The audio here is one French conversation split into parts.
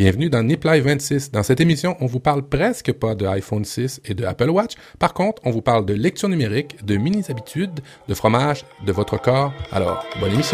Bienvenue dans Nip Live 26. Dans cette émission, on vous parle presque pas de iPhone 6 et de Apple Watch. Par contre, on vous parle de lecture numérique, de mini-habitudes, de fromage, de votre corps. Alors, bonne émission.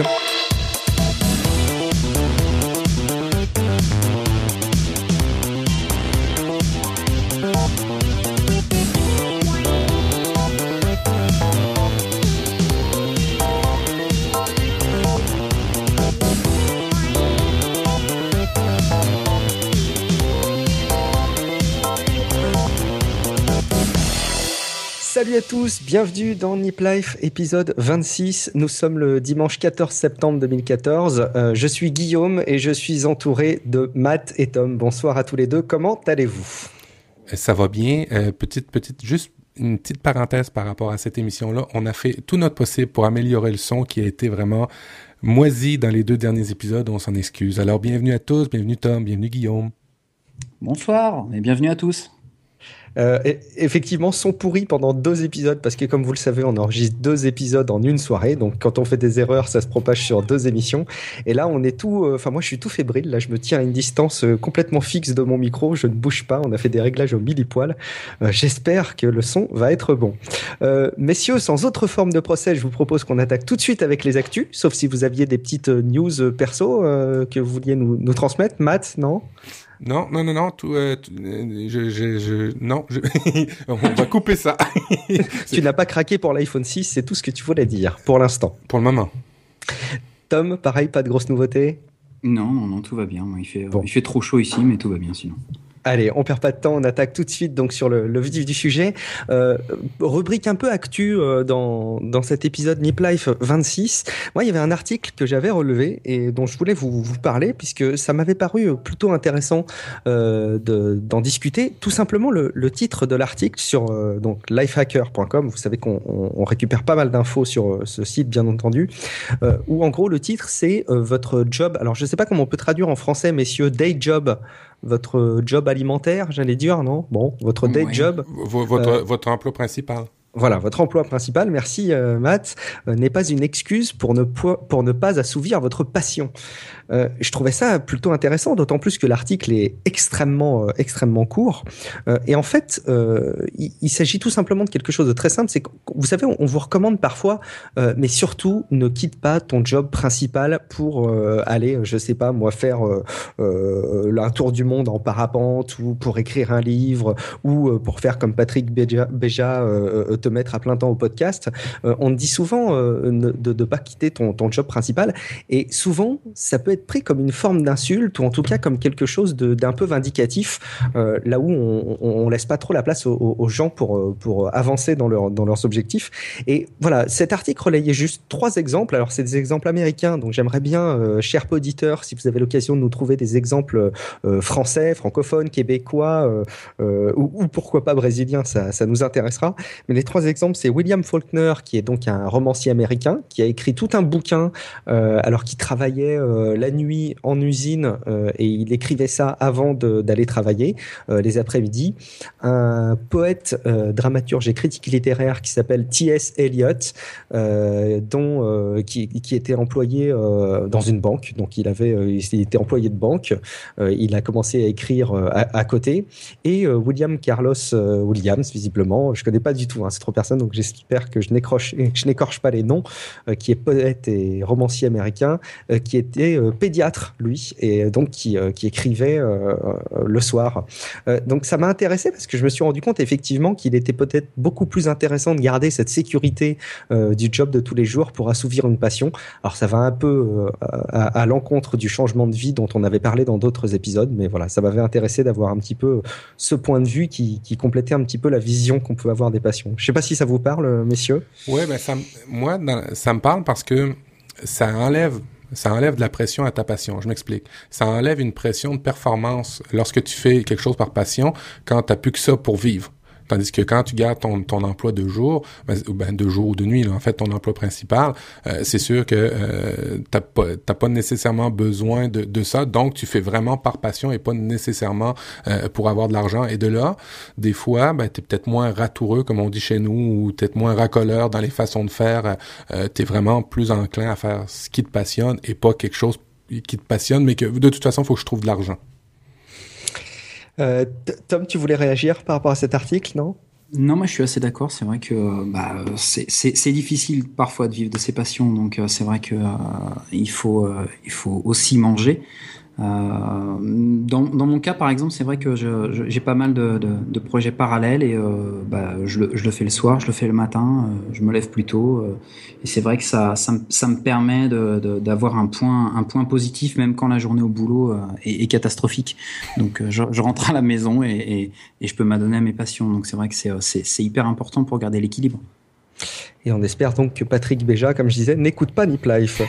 Salut à tous, bienvenue dans Nip Life, épisode 26. Nous sommes le dimanche 14 septembre 2014. Je suis Guillaume et je suis entouré de Matt et Tom. Bonsoir à tous les deux, comment allez-vous? Ça va bien. Juste une petite parenthèse par rapport à cette émission-là. On a fait tout notre possible pour améliorer le son qui a été vraiment moisi dans les 2 derniers épisodes. On s'en excuse. Alors, bienvenue à tous, bienvenue Tom, bienvenue Guillaume. Bonsoir et bienvenue à tous. Effectivement, son pourri pendant 2 épisodes, parce que comme vous le savez, on enregistre 2 épisodes en une soirée, donc quand on fait des erreurs, ça se propage sur 2 émissions. Et là, on est moi, je suis tout fébrile. Là, je me tiens à une distance complètement fixe de mon micro. Je ne bouge pas. On a fait des réglages au millipoil. J'espère que le son va être bon. Messieurs, sans autre forme de procès, je vous propose qu'on attaque tout de suite avec les actus, sauf si vous aviez des petites news perso que vous vouliez nous transmettre. Matt, non? Non, on va couper ça. Tu n'as pas craqué pour l'iPhone 6, c'est tout ce que tu voulais dire, pour l'instant. Pour le moment. Tom, pareil, pas de grosses nouveautés? Non, tout va bien. Il fait trop chaud ici, mais tout va bien sinon. Allez, on perd pas de temps, on attaque tout de suite donc sur le vif du sujet. Rubrique un peu actu dans cet épisode Nip Life 26. Moi, il y avait un article que j'avais relevé et dont je voulais vous parler puisque ça m'avait paru plutôt intéressant d'en discuter. Tout simplement le titre de l'article sur donc lifehacker.com. Vous savez qu'on récupère pas mal d'infos sur ce site, bien entendu. Où en gros le titre c'est votre job. Alors je sais pas comment on peut traduire en français, messieurs, day job. Votre job alimentaire, j'allais dire, non? Bon, votre day job. Votre emploi principal. Voilà, votre emploi principal, merci Matt, n'est pas une excuse pour ne pas assouvir votre passion. Je trouvais ça plutôt intéressant, d'autant plus que l'article est extrêmement court. Et en fait, il s'agit tout simplement de quelque chose de très simple. C'est que, vous savez, on vous recommande parfois, mais surtout, ne quitte pas ton job principal pour aller, je sais pas, moi, faire un tour du monde en parapente ou pour écrire un livre ou pour faire comme Patrick Béja, te mettre à plein temps au podcast. On te dit souvent de pas quitter ton job principal. Et souvent, ça peut être pris comme une forme d'insulte ou en tout cas comme quelque chose d'un peu vindicatif, là où on laisse pas trop la place aux gens pour avancer dans leurs objectifs. Et voilà, cet article relayait juste 3 exemples. Alors c'est des exemples américains, donc j'aimerais bien, chers auditeurs, si vous avez l'occasion de nous trouver des exemples français, francophones, québécois ou pourquoi pas brésiliens, ça nous intéressera. Mais les 3 exemples, c'est William Faulkner, qui est donc un romancier américain, qui a écrit tout un bouquin alors qu'il travaillait la nuit en usine et il écrivait ça avant d'aller travailler les après-midi. Un poète, dramaturge et critique littéraire qui s'appelle T.S. Eliot, qui était employé dans une banque. Donc il était employé de banque. Il a commencé à écrire à côté. Et William Carlos Williams, visiblement, je connais pas du tout, c'est trop personne, donc j'espère que je n'écorche pas les noms, qui est poète et romancier américain, qui était pédiatre, lui, et donc qui écrivait le soir. Donc ça m'a intéressé parce que je me suis rendu compte effectivement qu'il était peut-être beaucoup plus intéressant de garder cette sécurité du job de tous les jours pour assouvir une passion. Alors ça va un peu à l'encontre du changement de vie dont on avait parlé dans d'autres épisodes, mais voilà, ça m'avait intéressé d'avoir un petit peu ce point de vue qui complétait un petit peu la vision qu'on peut avoir des passions. Je sais pas si ça vous parle, messieurs. Ouais, ben ça me parle parce que ça enlève de la pression à ta passion. Je m'explique. Ça enlève une pression de performance lorsque tu fais quelque chose par passion, quand t'as plus que ça pour vivre. Tandis que quand tu gardes ton emploi de jour, de jour ou de nuit, là, en fait, ton emploi principal, c'est sûr que t'as pas nécessairement besoin de ça. Donc, tu fais vraiment par passion et pas nécessairement pour avoir de l'argent. Et de là, des fois, t'es peut-être moins ratoureux, comme on dit chez nous, ou peut-être moins racoleur dans les façons de faire. T'es vraiment plus enclin à faire ce qui te passionne et pas quelque chose qui te passionne, mais que de toute façon, il faut que je trouve de l'argent. Tom, tu voulais réagir par rapport à cet article, non? Non, moi je suis assez d'accord. C'est vrai que c'est difficile parfois de vivre de ses passions, donc c'est vrai que il faut aussi manger. Dans mon cas, par exemple, c'est vrai que j'ai pas mal de projets parallèles et je le fais le soir, je le fais le matin, je me lève plus tôt et c'est vrai que ça me permet d'avoir un point positif même quand la journée au boulot est catastrophique. Donc je rentre à la maison et je peux m'adonner à mes passions. Donc c'est vrai que c'est hyper important pour garder l'équilibre. Et on espère donc que Patrick Béja, comme je disais, n'écoute pas Nip Life.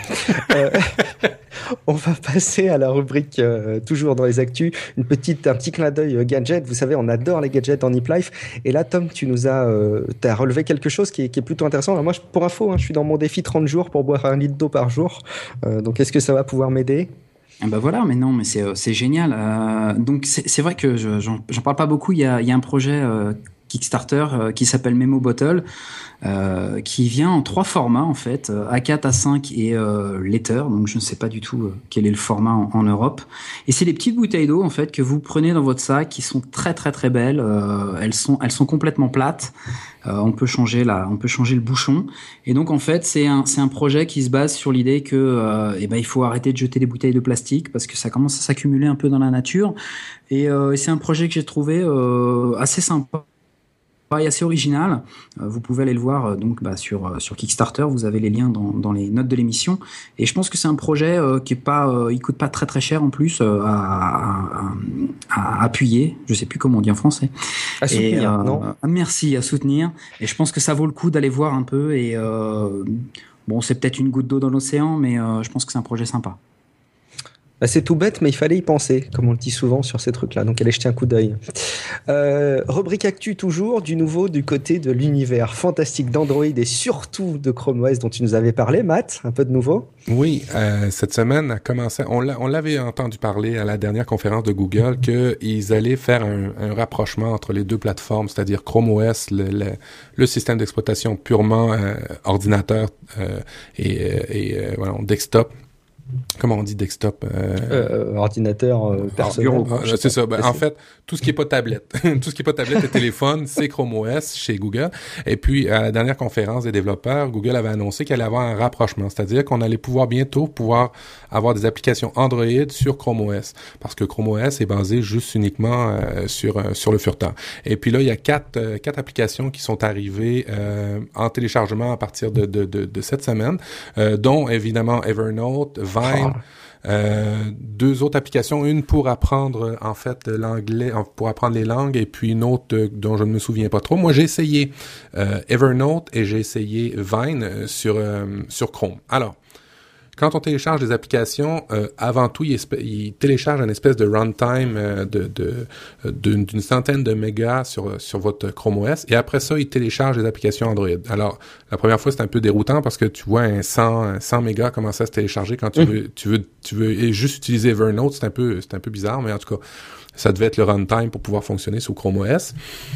On va passer à la rubrique toujours dans les actus, un petit clin d'œil gadget. Vous savez, on adore les gadgets dans Nip Life. Et là, Tom, t'as relevé quelque chose qui est plutôt intéressant. Alors moi, pour info, je suis dans mon défi 30 jours pour boire 1 litre d'eau par jour. Donc, est-ce que ça va pouvoir m'aider? Ah bah voilà, mais non, mais c'est génial. Donc c'est vrai que j'en parle pas beaucoup. Il y a un projet Kickstarter qui s'appelle Memo Bottle, qui vient en 3 formats en fait, A4, A5 et Letter. Donc je ne sais pas du tout quel est le format en Europe. Et c'est des petites bouteilles d'eau en fait que vous prenez dans votre sac, qui sont très très très belles. Elles sont complètement plates. On peut changer le bouchon. Et donc en fait c'est un projet qui se base sur l'idée que il faut arrêter de jeter des bouteilles de plastique parce que ça commence à s'accumuler un peu dans la nature. Et c'est un projet que j'ai trouvé assez sympa et assez original. Vous pouvez aller le voir sur Kickstarter. Vous avez les liens dans les notes de l'émission. Et je pense que c'est un projet qui est pas, il coûte pas très très cher en plus à appuyer. Je sais plus comment on dit en français. À soutenir, non? Merci, à soutenir. Et je pense que ça vaut le coup d'aller voir un peu. Et bon, c'est peut-être une goutte d'eau dans l'océan, mais je pense que c'est un projet sympa. Bah, c'est tout bête, mais il fallait y penser, comme on le dit souvent sur ces trucs-là. Donc, allez jeter un coup d'œil. Rubrique actu toujours, du nouveau du côté de l'univers fantastique d'Android et surtout de Chrome OS dont tu nous avais parlé, Matt. Un peu de nouveau? Oui, cette semaine a commencé. On l'avait entendu parler à la dernière conférence de Google qu'ils allaient faire un rapprochement entre les deux plateformes, c'est-à-dire Chrome OS, le système d'exploitation purement ordinateur et voilà, desktop. Comment on dit desktop? Ordinateur personnel. C'est ça. En fait, tout ce qui est pas tablette, tout ce qui est pas tablette et téléphone, c'est Chrome OS chez Google. Et puis, à la dernière conférence des développeurs, Google avait annoncé qu'il allait avoir un rapprochement, c'est-à-dire qu'on allait bientôt pouvoir avoir des applications Android sur Chrome OS, parce que Chrome OS est basé juste uniquement sur le furteur. Et puis là, il y a quatre applications qui sont arrivées en téléchargement à partir de cette semaine, dont évidemment Evernote, Vine, 2 autres applications, une pour apprendre en fait l'anglais, pour apprendre les langues, et puis une autre dont je ne me souviens pas trop. Moi, j'ai essayé Evernote et j'ai essayé Vine sur Chrome. Alors, quand on télécharge des applications, avant tout, il télécharge une espèce de runtime d'une centaine de mégas sur votre Chrome OS, et après ça, il télécharge les applications Android. Alors, la première fois, c'est un peu déroutant parce que tu vois un 100 mégas commencer à se télécharger quand tu veux juste utiliser Evernote, c'est un peu bizarre, mais en tout cas, ça devait être le runtime pour pouvoir fonctionner sous Chrome OS.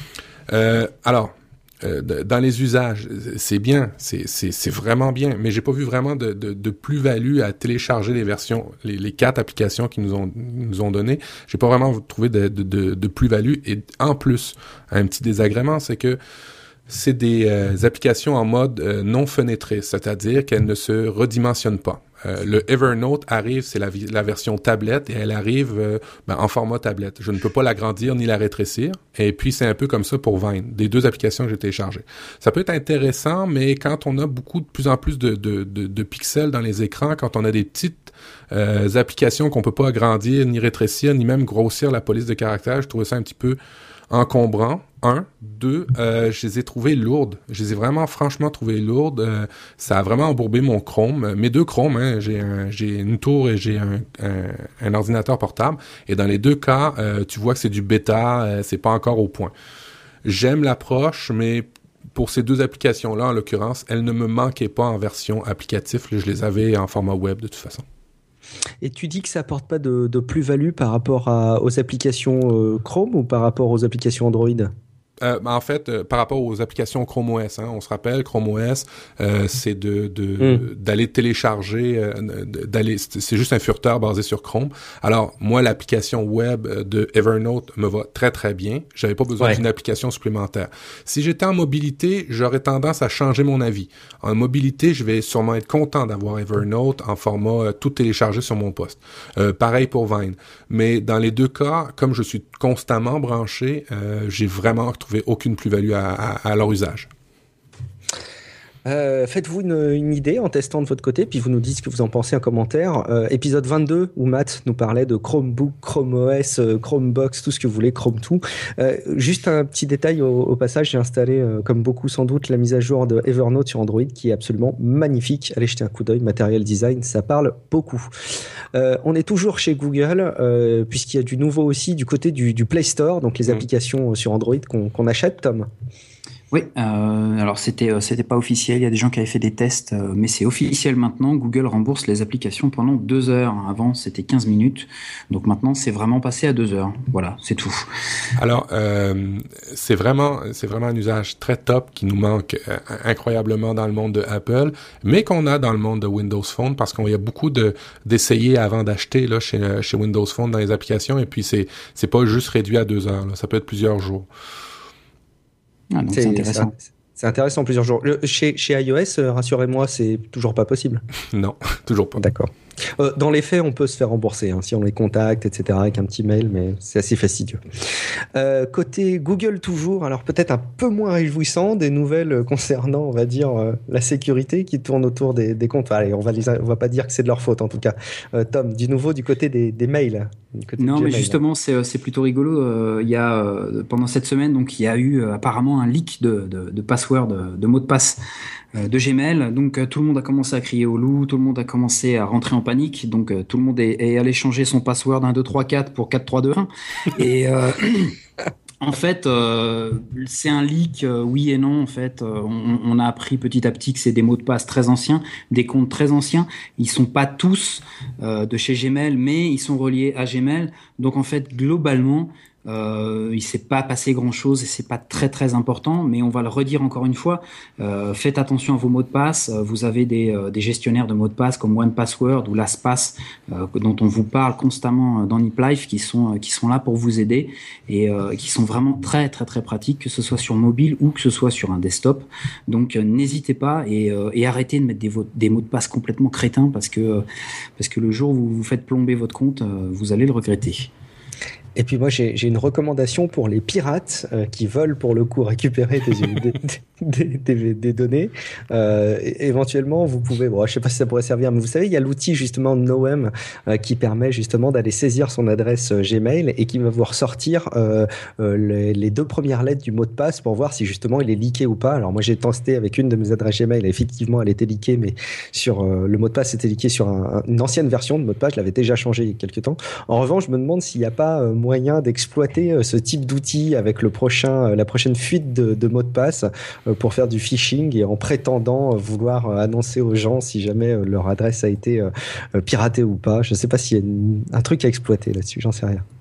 Alors, dans les usages, c'est bien, c'est vraiment bien, mais j'ai pas vu vraiment de plus-value à télécharger les versions, les 4 applications qu'ils nous ont données. J'ai pas vraiment trouvé de plus-value. Et en plus, un petit désagrément, c'est que c'est des applications en mode non fenêtré, c'est-à-dire qu'elles ne se redimensionnent pas. Le Evernote arrive, c'est la version tablette, et elle arrive en format tablette. Je ne peux pas l'agrandir ni la rétrécir. Et puis, c'est un peu comme ça pour Vine, des 2 applications que j'ai téléchargées. Ça peut être intéressant, mais quand on a de plus en plus de pixels dans les écrans, quand on a des petites applications qu'on peut pas agrandir, ni rétrécir, ni même grossir la police de caractère, je trouvais ça un petit peu encombrant. 1, 2, je les ai trouvées lourdes. Je les ai vraiment franchement trouvées lourdes. Ça a vraiment embourbé mon Chrome. Mes 2 Chrome, hein, j'ai une tour et j'ai un ordinateur portable. Et dans les 2 cas, tu vois que c'est du bêta, c'est pas encore au point. J'aime l'approche, mais pour ces 2 applications-là, en l'occurrence, elles ne me manquaient pas en version applicatif. Je les avais en format web de toute façon. Et tu dis que ça apporte pas de plus-value par rapport aux applications Chrome ou par rapport aux applications Android? En fait, par rapport aux applications Chrome OS, on se rappelle, Chrome OS, c'est d'aller télécharger, c'est juste un furteur basé sur Chrome. Alors, moi, l'application web de Evernote me va très, très bien. J'avais pas besoin d'une application supplémentaire. Si j'étais en mobilité, j'aurais tendance à changer mon avis. En mobilité, je vais sûrement être content d'avoir Evernote en format tout téléchargé sur mon poste. Pareil pour Vine. Mais dans les deux cas, comme je suis constamment branché, j'ai vraiment trouvé aucune plus-value à leur usage. Faites-vous une idée en testant de votre côté, puis vous nous dites ce que vous en pensez en commentaire. Épisode 22, où Matt nous parlait de Chromebook, Chrome OS, Chromebox, tout ce que vous voulez, Chrome tout. Juste un petit détail au passage, j'ai installé, comme beaucoup sans doute, la mise à jour de Evernote sur Android, qui est absolument magnifique. Allez jeter un coup d'œil, Material Design, ça parle beaucoup. On est toujours chez Google, puisqu'il y a du nouveau aussi du côté du Play Store, donc les applications sur Android qu'on achète, Tom. Oui, alors c'était pas officiel, il y a des gens qui avaient fait des tests, mais c'est officiel maintenant. Google rembourse les applications pendant 2 heures. Avant, c'était 15 minutes. Donc maintenant, c'est vraiment passé à 2 heures. Voilà, c'est tout. Alors, c'est vraiment un usage très top qui nous manque incroyablement dans le monde de Apple, mais qu'on a dans le monde de Windows Phone, parce qu'il y a beaucoup d'essayer avant d'acheter là chez Windows Phone dans les applications, et puis c'est pas juste réduit à 2 heures, là, ça peut être plusieurs jours. Ah, donc c'est intéressant. C'est intéressant, plusieurs jours. Chez iOS, rassurez-moi, c'est toujours pas possible. Non, toujours pas. D'accord. Dans les faits, on peut se faire rembourser si on les contacte, etc., avec un petit mail, mais c'est assez fastidieux. Côté Google toujours, alors peut-être un peu moins réjouissant, des nouvelles concernant, on va dire, la sécurité qui tourne autour des comptes. Allez, on va pas dire que c'est de leur faute, en tout cas. Tom, du nouveau du côté des mails. Non, mais justement, c'est plutôt rigolo. Il y a pendant cette semaine, donc il y a eu apparemment un leak de password, de mot de passe de Gmail. Donc tout le monde a commencé à crier au loup, tout le monde a commencé à rentrer en panique. Donc tout le monde est allé changer son password 1 2 3 4 pour 4 3 2 1. Et en fait, c'est un leak, oui et non. En fait, on a appris petit à petit que c'est des mots de passe très anciens, des comptes très anciens. Ils sont pas tous de chez Gmail, mais ils sont reliés à Gmail. Donc en fait, globalement, il s'est pas passé grand chose et c'est pas très très important, mais on va le redire encore une fois. Faites attention à vos mots de passe. Vous avez des gestionnaires de mots de passe comme 1Password ou LastPass dont on vous parle constamment dans Nip Life, qui sont là pour vous aider et qui sont vraiment très très très pratiques, que ce soit sur mobile ou que ce soit sur un desktop. Donc n'hésitez pas et arrêtez de mettre des mots de passe complètement crétins parce que le jour où vous vous faites plomber votre compte, vous allez le regretter. Et puis moi, j'ai une recommandation pour les pirates qui veulent pour le coup récupérer des données. Éventuellement, vous pouvez, bon, je sais pas si ça pourrait servir, mais vous savez, il y a l'outil justement Knowem qui permet justement d'aller saisir son adresse Gmail et qui va vous ressortir les 2 premières lettres du mot de passe pour voir si justement il est leaké ou pas. Alors moi, j'ai testé avec une de mes adresses Gmail, et effectivement, elle était leakée, mais sur le mot de passe était leaké sur une ancienne version de mot de passe. Je l'avais déjà changé il y a quelques temps. En revanche, je me demande s'il n'y a pas moyen d'exploiter ce type d'outil avec la prochaine fuite de mots de passe pour faire du phishing et en prétendant vouloir annoncer aux gens si jamais leur adresse a été piratée ou pas. Je ne sais pas s'il y a un truc à exploiter là-dessus, j'en sais rien.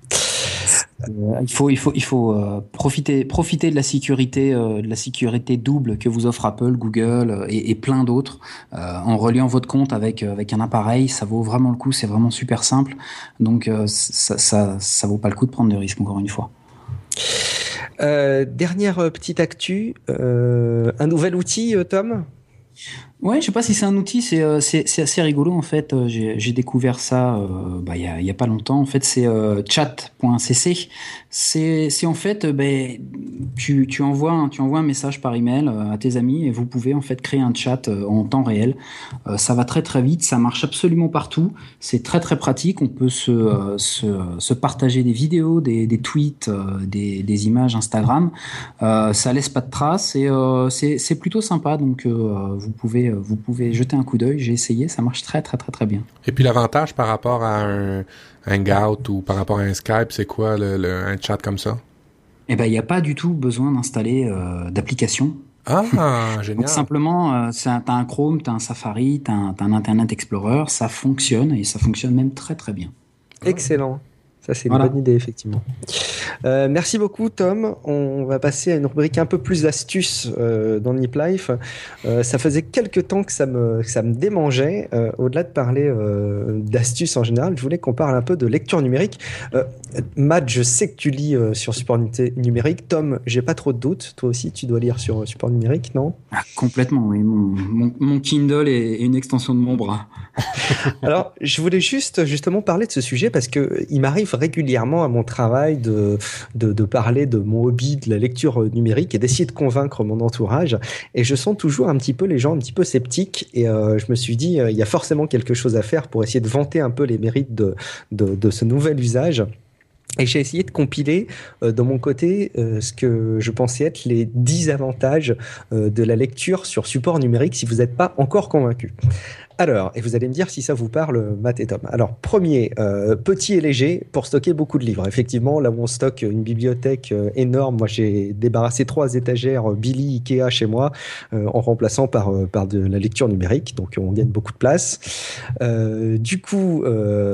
Il faut profiter de la sécurité double que vous offre Apple, Google et plein d'autres en reliant votre compte avec un appareil. Ça vaut vraiment le coup, c'est vraiment super simple. Donc ça vaut pas le coup de prendre de risques, encore une fois. Dernière petite actu, un nouvel outil, Tom ? Ouais, je sais pas si c'est un outil, c'est assez rigolo en fait. J'ai découvert ça il y a pas longtemps. En fait, c'est chat.cc. C'est en fait tu envoies un message par email à tes amis et vous pouvez en fait créer un chat en temps réel. Ça va très très vite, ça marche absolument partout. C'est très très pratique. On peut se partager des vidéos, des tweets, des images Instagram. Ça laisse pas de traces et c'est plutôt sympa. Donc vous pouvez jeter un coup d'œil. J'ai essayé, ça marche très très très très bien. Et puis l'avantage par rapport à un Hangout ou par rapport à un Skype, c'est quoi un chat comme ça? Eh ben, il n'y a pas du tout besoin d'installer d'application. Ah, génial. Donc simplement, t'as un Chrome, t'as un Safari, t'as un Internet Explorer, ça fonctionne et ça fonctionne même très très bien. Excellent. Ça, c'est une bonne idée, effectivement. Merci beaucoup, Tom. On va passer à une rubrique un peu plus astuce dans Nip Life. Ça faisait quelques temps que ça me démangeait. Au-delà de parler d'astuces en général, je voulais qu'on parle un peu de lecture numérique. Matt, je sais que tu lis sur support numérique. Tom, j'ai pas trop de doutes. Toi aussi, tu dois lire sur support numérique, non? Complètement, oui. Mon Kindle est une extension de mon bras. Alors, je voulais justement parler de ce sujet parce que il m'arrive régulièrement à mon travail de parler de mon hobby de la lecture numérique et d'essayer de convaincre mon entourage. Et je sens toujours un petit peu les gens un petit peu sceptiques. Et je me suis dit, il y a forcément quelque chose à faire pour essayer de vanter un peu les mérites de ce nouvel usage. Et j'ai essayé de compiler de mon côté ce que je pensais être les 10 avantages de la lecture sur support numérique si vous n'êtes pas encore convaincu. Alors, et vous allez me dire si ça vous parle, Matt et Tom. Alors, premier, petit et léger pour stocker beaucoup de livres. Effectivement, là où on stocke une bibliothèque énorme, moi j'ai débarrassé 3 étagères Billy Ikea chez moi en remplaçant par de la lecture numérique. Donc, on gagne beaucoup de place. Du coup,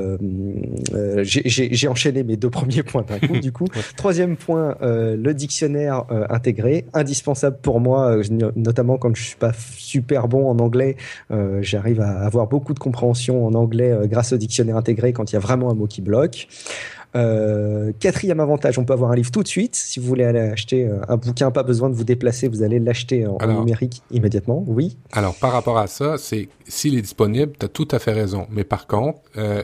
j'ai enchaîné mes 2 premiers points d'un coup. Du coup, troisième point, le dictionnaire intégré, indispensable pour moi, notamment quand je suis pas super bon en anglais. J'arrive à avoir beaucoup de compréhension en anglais grâce au dictionnaire intégré quand il y a vraiment un mot qui bloque. Quatrième avantage, on peut avoir un livre tout de suite. Si vous voulez aller acheter un bouquin, pas besoin de vous déplacer, vous allez l'acheter en numérique immédiatement. Oui. Alors, par rapport à ça, s'il est disponible, tu as tout à fait raison. Mais par contre,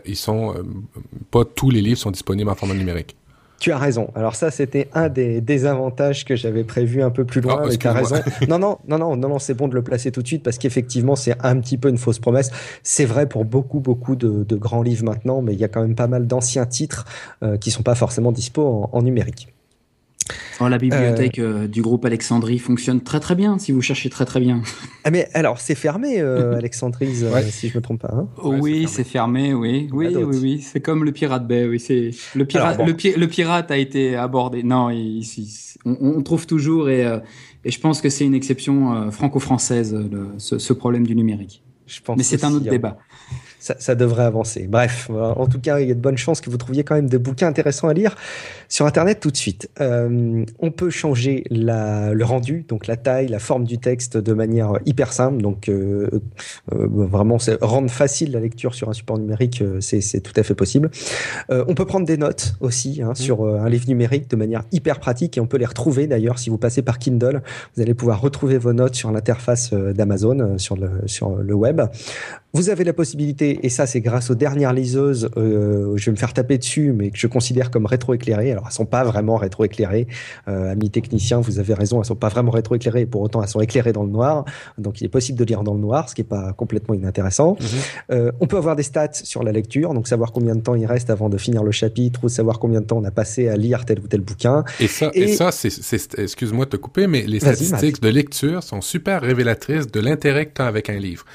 pas tous les livres sont disponibles en format numérique. Tu as raison. Alors ça, c'était un des avantages que j'avais prévu un peu plus loin. Tu as raison. Non, c'est bon de le placer tout de suite parce qu'effectivement, c'est un petit peu une fausse promesse. C'est vrai pour beaucoup de grands livres maintenant, mais il y a quand même pas mal d'anciens titres qui sont pas forcément dispo en numérique. La bibliothèque du groupe Alexandrie fonctionne très très bien si vous cherchez très très bien. Ah mais alors c'est fermé Alexandrie si je me trompe pas. Hein. Oui, c'est fermé, oui. Oui, c'est comme le Pirate Bay, oui, c'est le pirate le pirate a été abordé. Non, on trouve toujours et je pense que c'est une exception franco-française ce problème du numérique. Je pense mais c'est un autre débat. Ça devrait avancer. Bref, en tout cas, il y a de bonnes chances que vous trouviez quand même des bouquins intéressants à lire sur Internet tout de suite. On peut changer le rendu, donc la taille, la forme du texte de manière hyper simple. Donc vraiment, rendre facile la lecture sur un support numérique, c'est tout à fait possible. On peut prendre des notes aussi sur un livre numérique de manière hyper pratique et on peut les retrouver d'ailleurs si vous passez par Kindle. Vous allez pouvoir retrouver vos notes sur l'interface d'Amazon, sur le web. Vous avez la possibilité, et ça c'est grâce aux dernières liseuses, je vais me faire taper dessus, mais que je considère comme rétroéclairées. Alors elles sont pas vraiment rétroéclairées, amis techniciens, vous avez raison, elles sont pas vraiment rétroéclairées, et pour autant elles sont éclairées dans le noir. Donc il est possible de lire dans le noir, ce qui est pas complètement inintéressant. On peut avoir des stats sur la lecture, donc savoir combien de temps il reste avant de finir le chapitre, ou savoir combien de temps on a passé à lire tel ou tel bouquin. Et ça, c'est excuse-moi de te couper, mais les statistiques de lecture sont super révélatrices de l'intérêt que tu as avec un livre.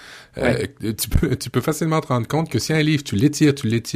Tu peux facilement te rendre compte que si un livre, tu l'étires,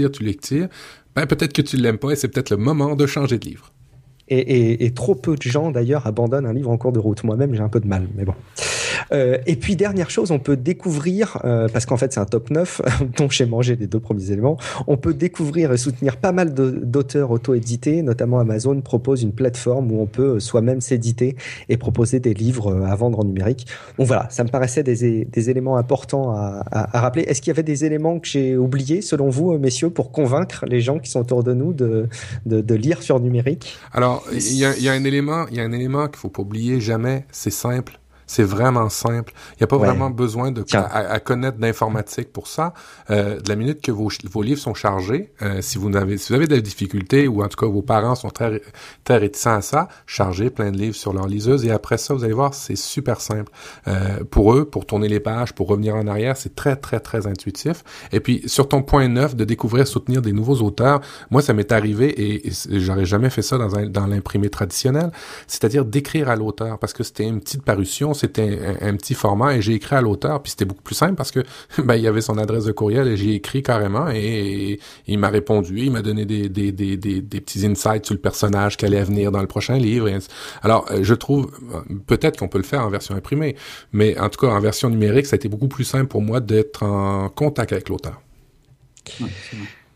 ben peut-être que tu l'aimes pas et c'est peut-être le moment de changer de livre. Et trop peu de gens, d'ailleurs, abandonnent un livre en cours de route. Moi-même, j'ai un peu de mal, mais bon. Et puis, dernière chose, on peut découvrir, parce qu'en fait, c'est un top 9, dont j'ai mangé les 2 premiers éléments, on peut découvrir et soutenir pas mal d'auteurs auto-édités, notamment Amazon propose une plateforme où on peut soi-même s'éditer et proposer des livres à vendre en numérique. Donc voilà, ça me paraissait des éléments importants à rappeler. Est-ce qu'il y avait des éléments que j'ai oubliés, selon vous, messieurs, pour convaincre les gens qui sont autour de nous de lire sur numérique? Alors, il y a un élément qu'il faut pas oublier jamais, c'est simple. C'est vraiment simple. Il n'y a pas vraiment besoin à connaître d'informatique pour ça. De la minute que vos livres sont chargés, si vous avez de la difficulté ou en tout cas vos parents sont très très réticents à ça, chargez plein de livres sur leur liseuse et après ça, vous allez voir, c'est super simple. Pour eux, pour tourner les pages, pour revenir en arrière, c'est très très très intuitif. Et puis sur ton point 9 de découvrir, soutenir des nouveaux auteurs, moi ça m'est arrivé et j'aurais jamais fait ça dans l'imprimé traditionnel, c'est-à-dire d'écrire à l'auteur parce que c'était une petite parution, c'était un petit format et j'ai écrit à l'auteur puis c'était beaucoup plus simple parce que il y avait son adresse de courriel et j'ai écrit carrément et il m'a répondu, il m'a donné des petits insights sur le personnage qui allait venir dans le prochain livre. Alors je trouve peut-être qu'on peut le faire en version imprimée, mais en tout cas en version numérique, ça a été beaucoup plus simple pour moi d'être en contact avec l'auteur. Ouais, c'est vrai.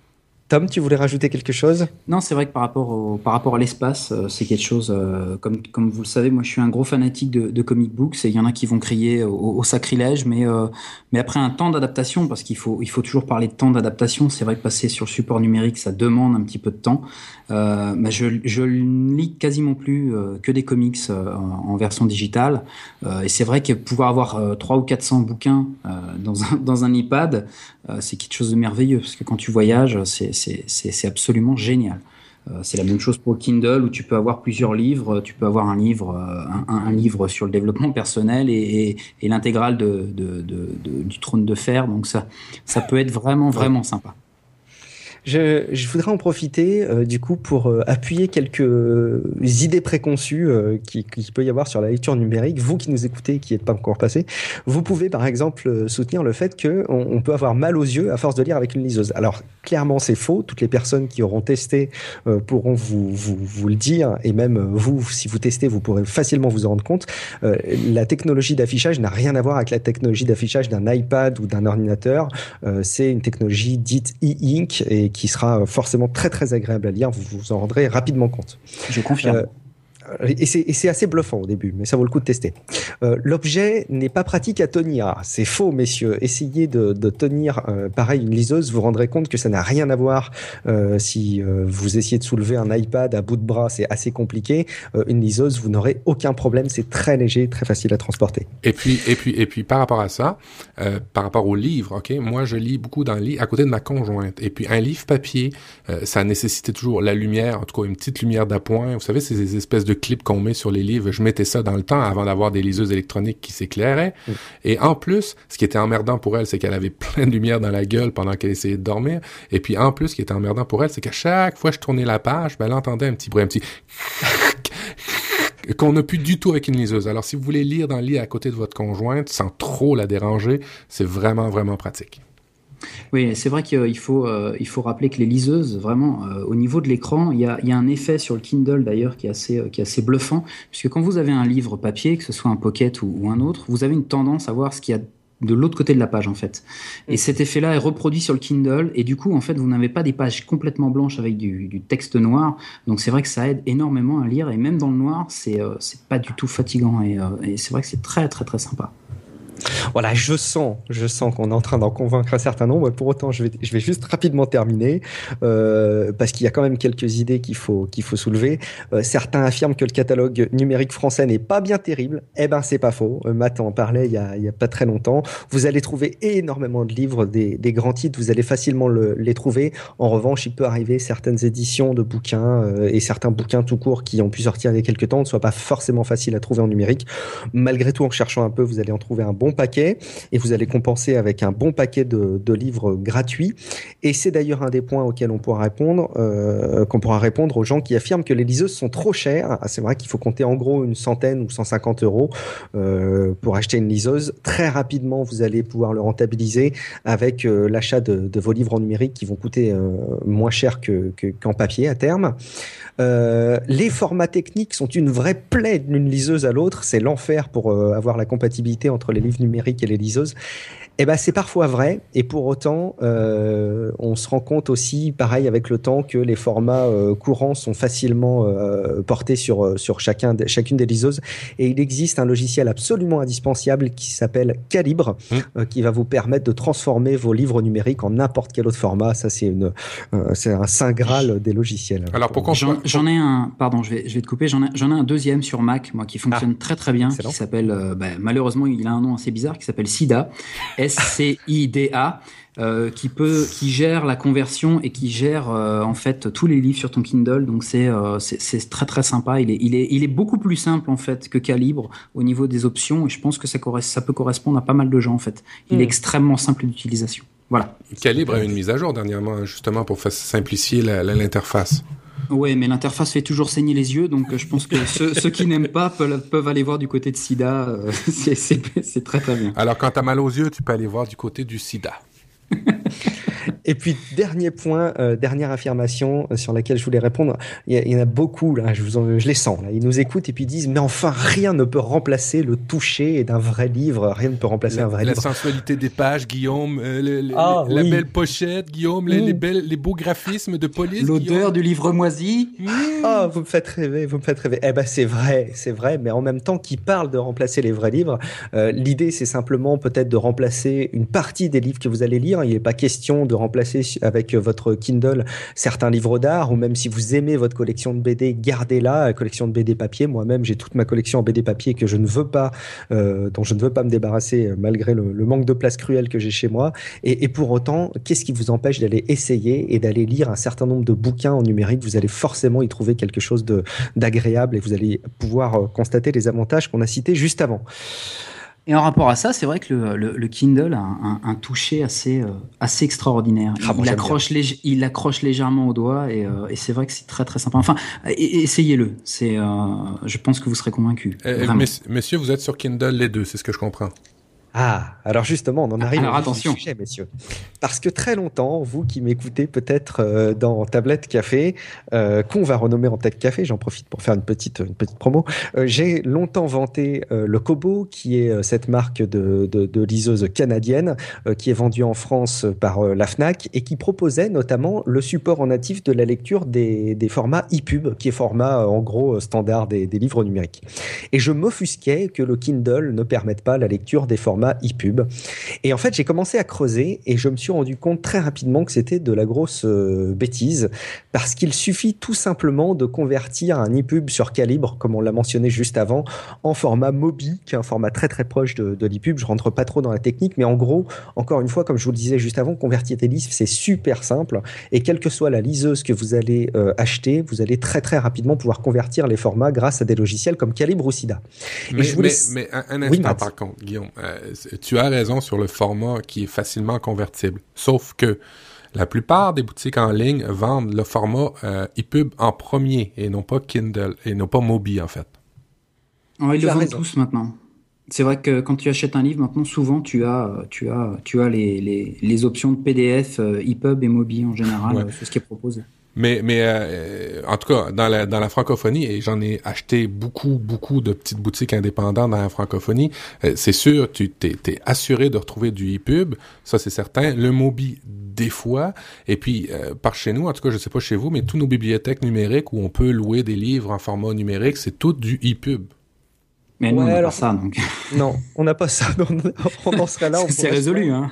Tom, tu voulais rajouter quelque chose? Non, c'est vrai que par rapport à l'espace, c'est quelque chose, comme vous le savez, moi je suis un gros fanatique de comic books et il y en a qui vont crier au sacrilège, mais après un temps d'adaptation, parce qu'il faut toujours parler de temps d'adaptation, c'est vrai que passer sur le support numérique, ça demande un petit peu de temps. Mais je lis quasiment plus que des comics en version digitale. Et c'est vrai que pouvoir avoir 300 ou 400 bouquins dans un iPad, c'est quelque chose de merveilleux, parce que quand tu voyages, c'est absolument génial. C'est la même chose pour le Kindle, où tu peux avoir plusieurs livres. Tu peux avoir un livre sur le développement personnel et l'intégrale du Trône de Fer. Donc ça peut être vraiment, vraiment sympa. Je voudrais en profiter du coup pour appuyer quelques idées préconçues qui peut y avoir sur la lecture numérique. Vous qui nous écoutez, qui n'êtes pas encore passé, vous pouvez par exemple soutenir le fait qu'on peut avoir mal aux yeux à force de lire avec une liseuse. Alors clairement c'est faux, toutes les personnes qui auront testé pourront vous le dire, et même vous, si vous testez, vous pourrez facilement vous en rendre compte. La technologie d'affichage n'a rien à voir avec la technologie d'affichage d'un iPad ou d'un ordinateur. C'est une technologie dite e-ink et qui sera forcément très très agréable à lire, vous vous en rendrez rapidement compte. Je confirme. Et c'est assez bluffant au début, mais ça vaut le coup de tester. L'objet n'est pas pratique à tenir. C'est faux, messieurs. Essayez de tenir pareil une liseuse, vous vous rendrez compte que ça n'a rien à voir si vous essayez de soulever un iPad à bout de bras, c'est assez compliqué. Une liseuse, vous n'aurez aucun problème, c'est très léger, très facile à transporter. Et puis par rapport à ça, par rapport au livre, ok, moi je lis beaucoup dans le lit à côté de ma conjointe. Et puis un livre papier, ça nécessitait toujours la lumière, en tout cas une petite lumière d'appoint. Vous savez, ces espèces de clips qu'on met sur les livres, je mettais ça dans le temps avant d'avoir des liseuses électroniques qui s'éclairaient. Et en plus, ce qui était emmerdant pour elle, c'est qu'elle avait plein de lumière dans la gueule pendant qu'elle essayait de dormir. Et puis en plus, ce qui était emmerdant pour elle, c'est qu'à chaque fois que je tournais la page, elle entendait un petit bruit, un petit qu'on n'a plus du tout avec une liseuse. Alors si vous voulez lire dans le lit à côté de votre conjointe sans trop la déranger, c'est vraiment, vraiment pratique. Oui, c'est vrai qu'il faut rappeler que les liseuses, vraiment, au niveau de l'écran, il y a un effet sur le Kindle d'ailleurs qui est assez bluffant, puisque quand vous avez un livre papier, que ce soit un pocket ou un autre, vous avez une tendance à voir ce qu'il y a de l'autre côté de la page en fait. Et cet effet-là est reproduit sur le Kindle, et du coup en fait vous n'avez pas des pages complètement blanches avec du texte noir. Donc c'est vrai que ça aide énormément à lire, et même dans le noir, c'est pas du tout fatigant, et c'est vrai que c'est très très très sympa. Voilà, je sens qu'on est en train d'en convaincre un certain nombre. Pour autant, je vais juste rapidement terminer parce qu'il y a quand même quelques idées qu'il faut soulever. Certains affirment que le catalogue numérique français n'est pas bien terrible. Eh ben, c'est pas faux. Matt en parlait il y a pas très longtemps. Vous allez trouver énormément de livres, des grands titres. Vous allez facilement les trouver. En revanche, il peut arriver certaines éditions de bouquins et certains bouquins tout court qui ont pu sortir il y a quelques temps ne soient pas forcément faciles à trouver en numérique. Malgré tout, en cherchant un peu, vous allez en trouver un bon paquet, et vous allez compenser avec un bon paquet de livres gratuits. Et c'est d'ailleurs un des points auxquels on pourra répondre, qu'on pourra répondre aux gens qui affirment que les liseuses sont trop chères. C'est vrai qu'il faut compter en gros une centaine ou 150 € pour acheter une liseuse. Très rapidement, vous allez pouvoir le rentabiliser avec l'achat de vos livres en numérique qui vont coûter moins cher qu'en papier à terme. Les formats techniques sont une vraie plaie d'une liseuse à l'autre. C'est l'enfer pour avoir la compatibilité entre les livres numériques et les liseuses. Eh ben, c'est parfois vrai, et pour autant, on se rend compte aussi, pareil avec le temps, que les formats courants sont facilement portés sur chacune des liseuses. Et il existe un logiciel absolument indispensable qui s'appelle Calibre, qui va vous permettre de transformer vos livres numériques en n'importe quel autre format. Ça, c'est un saint graal des logiciels. Alors pourquoi j'en ai un, pardon, je vais te couper. J'en ai un deuxième sur Mac, moi, qui fonctionne très très bien, qui s'appelle, malheureusement, il a un nom assez bizarre, qui s'appelle SIDA. SCIDA, qui gère la conversion et qui gère en fait tous les livres sur ton Kindle. Donc c'est très très sympa. Il est beaucoup plus simple en fait que Calibre au niveau des options, et je pense que ça peut correspondre à pas mal de gens en fait. Il est extrêmement simple d'utilisation. Voilà. Calibre a eu une mise à jour dernièrement justement pour simplifier l'interface. Ouais, mais l'interface fait toujours saigner les yeux, donc je pense que ceux qui n'aiment pas peuvent aller voir du côté de SIDA. C'est très très bien. Alors quand t'as mal aux yeux, tu peux aller voir du côté du SIDA. Et puis, dernier point, dernière affirmation sur laquelle je voulais répondre. Il y en a beaucoup, là, je les sens. Là. Ils nous écoutent et puis ils disent, mais enfin, rien ne peut remplacer le toucher d'un vrai livre. Rien ne peut remplacer un vrai livre. La sensualité des pages, Guillaume. La oui. belle pochette, Guillaume. Les beaux graphismes de police, l'odeur du livre moisi. Ah, vous me faites rêver. Eh ben, c'est vrai. Mais en même temps, qui parle de remplacer les vrais livres, l'idée, c'est simplement peut-être de remplacer une partie des livres que vous allez lire. Il n'est pas question de remplacer avec votre Kindle certains livres d'art, ou même si vous aimez votre collection de BD, gardez-la, collection de BD papier. Moi-même, j'ai toute ma collection en BD papier que je ne veux pas, dont je ne veux pas me débarrasser malgré le manque de place cruelle que j'ai chez moi. Et pour autant, qu'est-ce qui vous empêche d'aller essayer et d'aller lire un certain nombre de bouquins en numérique? Vous allez forcément y trouver quelque chose d'agréable et vous allez pouvoir constater les avantages qu'on a cités juste avant. Et en rapport à ça, c'est vrai que le Kindle a un toucher assez extraordinaire. Il accroche légèrement au doigt et c'est vrai que c'est très très sympa. Enfin, essayez-le. Je pense que vous serez convaincus. Messieurs, vous êtes sur Kindle les deux, c'est ce que je comprends. Ah, alors justement, on en arrive au sujet, messieurs. Parce que très longtemps, vous qui m'écoutez peut-être dans Tablette Café, qu'on va renommer en Tech Café, j'en profite pour faire une petite promo, j'ai longtemps vanté le Kobo, qui est cette marque de liseuse canadienne, qui est vendue en France par la Fnac, et qui proposait notamment le support en natif de la lecture des formats EPUB, qui est format en gros standard des livres numériques. Et je m'offusquais que le Kindle ne permette pas la lecture des formats EPUB. Et en fait, j'ai commencé à creuser et je me suis rendu compte très rapidement que c'était de la grosse bêtise, parce qu'il suffit tout simplement de convertir un EPUB sur Calibre, comme on l'a mentionné juste avant, en format Mobi, qui est un format très très proche de l'EPUB. Je rentre pas trop dans la technique, mais en gros, encore une fois, comme je vous le disais juste avant, convertir des livres, c'est super simple. Et quelle que soit la liseuse que vous allez acheter, vous allez très très rapidement pouvoir convertir les formats grâce à des logiciels comme Calibre ou Sida. Mais un instant, par contre, Guillaume, tu as raison sur le format qui est facilement convertible. Sauf que la plupart des boutiques en ligne vendent le format EPUB en premier et non pas Kindle et non pas Mobi en fait. Oh, ils le vendent tous maintenant. C'est vrai que quand tu achètes un livre maintenant, souvent tu as les options de PDF, EPUB et Mobi en général, c'est ce qui est proposé. Mais en tout cas, dans la francophonie, et j'en ai acheté beaucoup de petites boutiques indépendantes dans la francophonie, c'est sûr, t'es assuré de retrouver du EPUB, ça c'est certain. Le Mobi, des fois. Et puis, par chez nous, en tout cas, je sais pas chez vous, mais toutes nos bibliothèques numériques où on peut louer des livres en format numérique, c'est tout du EPUB. Mais nous, on n'a pas ça, donc. Non, on n'a pas ça. On en serait là. C'est résolu, hein.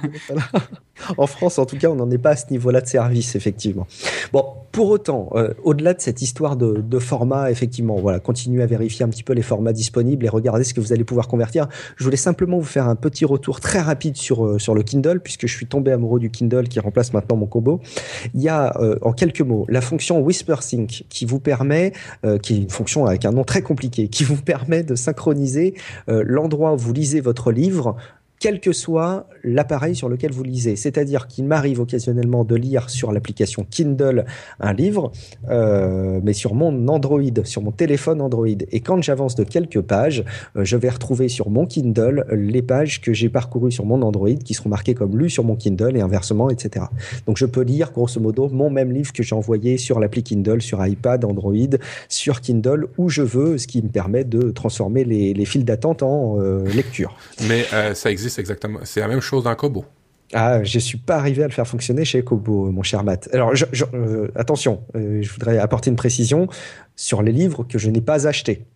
En France, en tout cas, on n'en est pas à ce niveau-là de service, effectivement. Bon, pour autant, au-delà de cette histoire de format, effectivement, voilà, continuez à vérifier un petit peu les formats disponibles et regardez ce que vous allez pouvoir convertir. Je voulais simplement vous faire un petit retour très rapide sur le Kindle, puisque je suis tombé amoureux du Kindle qui remplace maintenant mon Kobo. Il y a, en quelques mots, la fonction WhisperSync qui vous permet, qui est une fonction avec un nom très compliqué, qui vous permet de synchroniser l'endroit où vous lisez votre livre, quel que soit l'appareil sur lequel vous lisez. C'est-à-dire qu'il m'arrive occasionnellement de lire sur l'application Kindle un livre, mais sur mon Android, sur mon téléphone Android. Et quand j'avance de quelques pages, je vais retrouver sur mon Kindle les pages que j'ai parcourues sur mon Android, qui seront marquées comme lues sur mon Kindle et inversement, etc. Donc je peux lire grosso modo mon même livre que j'ai envoyé sur l'appli Kindle, sur iPad, Android, sur Kindle, où je veux, ce qui me permet de transformer les files d'attente en lecture. Mais ça existe exactement. C'est la même chose dans Kobo. Ah, je suis pas arrivé à le faire fonctionner chez Kobo, mon cher Matt. Alors, attention, je voudrais apporter une précision sur les livres que je n'ai pas achetés.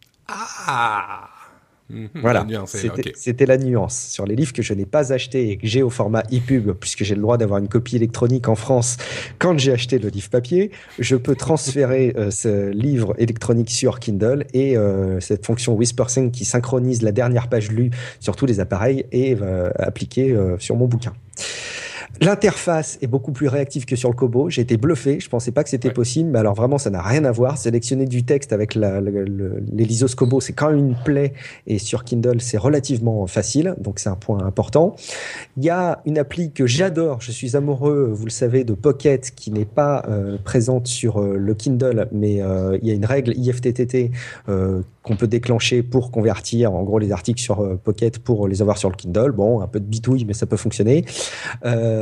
Ah! Voilà, c'était la nuance. Sur les livres que je n'ai pas achetés et que j'ai au format EPUB, puisque j'ai le droit d'avoir une copie électronique en France, quand j'ai acheté le livre papier, je peux transférer ce livre électronique sur Kindle et cette fonction WhisperSync qui synchronise la dernière page lue sur tous les appareils est appliquée sur mon bouquin. L'interface est beaucoup plus réactive que sur le Kobo. J'ai été bluffé. Je pensais pas que c'était possible, mais alors vraiment, ça n'a rien à voir. Sélectionner du texte avec les liseuses Kobo, c'est quand même une plaie. Et sur Kindle, c'est relativement facile. Donc, c'est un point important. Il y a une appli que j'adore. Je suis amoureux, vous le savez, de Pocket, qui n'est pas présente sur le Kindle, mais il y a une règle IFTTT qu'on peut déclencher pour convertir, en gros, les articles sur Pocket pour les avoir sur le Kindle. Bon, un peu de bitouille, mais ça peut fonctionner.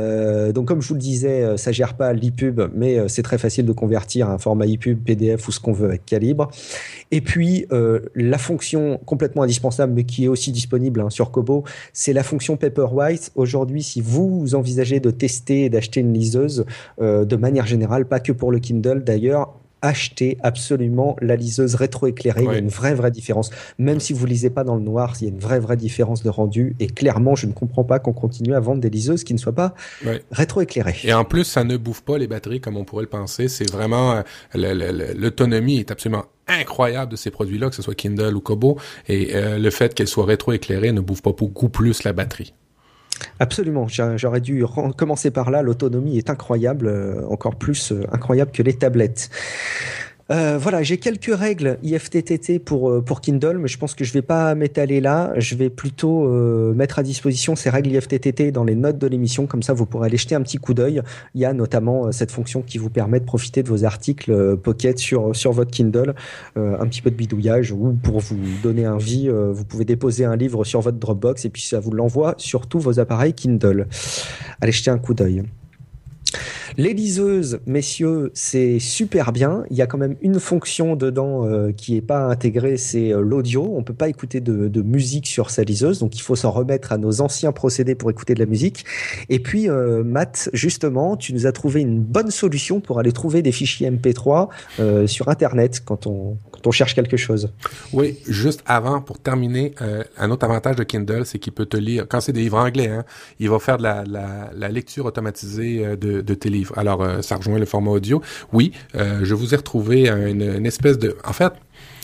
Donc comme je vous le disais, ça gère pas l'EPUB, mais c'est très facile de convertir un format EPUB, PDF ou ce qu'on veut avec Calibre. Et puis la fonction complètement indispensable, mais qui est aussi disponible sur Kobo, c'est la fonction Paperwhite. Aujourd'hui, si vous envisagez de tester et d'acheter une liseuse, de manière générale, pas que pour le Kindle d'ailleurs, achetez absolument la liseuse rétroéclairée. Il y a une vraie différence. Même si vous lisez pas dans le noir, il y a une vraie différence de rendu. Et clairement, je ne comprends pas qu'on continue à vendre des liseuses qui ne soient pas rétroéclairées. Et en plus, ça ne bouffe pas les batteries comme on pourrait le penser. C'est vraiment l'autonomie est absolument incroyable de ces produits-là, que ce soit Kindle ou Kobo. Et le fait qu'elles soient rétroéclairées ne bouffe pas beaucoup plus la batterie. Absolument, j'aurais dû commencer par là. L'autonomie est incroyable, encore plus incroyable que les tablettes. Voilà, j'ai quelques règles IFTTT pour Kindle, mais je pense que je vais pas m'étaler là. Je vais plutôt mettre à disposition ces règles IFTTT dans les notes de l'émission, comme ça vous pourrez aller jeter un petit coup d'œil. Il y a notamment cette fonction qui vous permet de profiter de vos articles Pocket sur votre Kindle, un petit peu de bidouillage, ou pour vous donner un vie, vous pouvez déposer un livre sur votre Dropbox et puis ça vous l'envoie sur tous vos appareils Kindle. Allez jeter un coup d'œil. Les liseuses, messieurs, c'est super bien. Il y a quand même une fonction dedans qui est pas intégrée, c'est l'audio. On peut pas écouter de musique sur sa liseuse, donc il faut s'en remettre à nos anciens procédés pour écouter de la musique. Et puis, Matt, justement, tu nous as trouvé une bonne solution pour aller trouver des fichiers MP3 sur Internet quand on cherche quelque chose. Oui, juste avant, pour terminer, un autre avantage de Kindle, c'est qu'il peut te lire, quand c'est des livres anglais, il va faire de la lecture automatisée de tes livres. Alors, ça rejoint le format audio. Oui, je vous ai retrouvé une espèce de... En fait,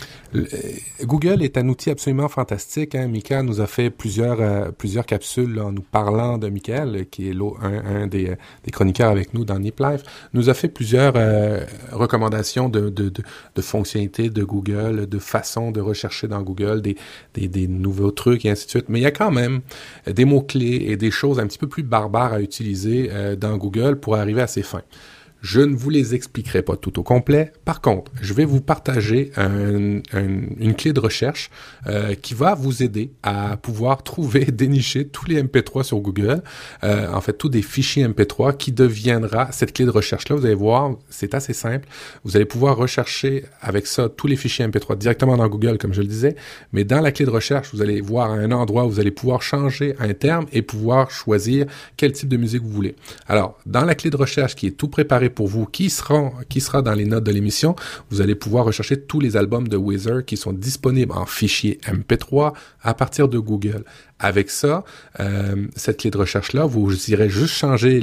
Google est un outil absolument fantastique. Mika nous a fait plusieurs capsules là, en nous parlant de Michael, qui est un des chroniqueurs avec nous dans Nip Life, nous a fait plusieurs recommandations de fonctionnalités de Google, de façons de rechercher dans Google des nouveaux trucs et ainsi de suite. Mais il y a quand même des mots-clés et des choses un petit peu plus barbares à utiliser dans Google pour arriver à ses fins. Je ne vous les expliquerai pas tout au complet. Par contre, je vais vous partager une clé de recherche qui va vous aider à pouvoir trouver, dénicher tous les MP3 sur Google. En fait, tous des fichiers MP3 qui deviendra cette clé de recherche-là. Vous allez voir, c'est assez simple. Vous allez pouvoir rechercher avec ça tous les fichiers MP3 directement dans Google, comme je le disais. Mais dans la clé de recherche, vous allez voir un endroit où vous allez pouvoir changer un terme et pouvoir choisir quel type de musique vous voulez. Alors, dans la clé de recherche qui est tout préparé pour vous, qui sera dans les notes de l'émission, vous allez pouvoir rechercher tous les albums de Weezer qui sont disponibles en fichier MP3 à partir de Google. Avec ça, cette clé de recherche-là, vous irez juste changer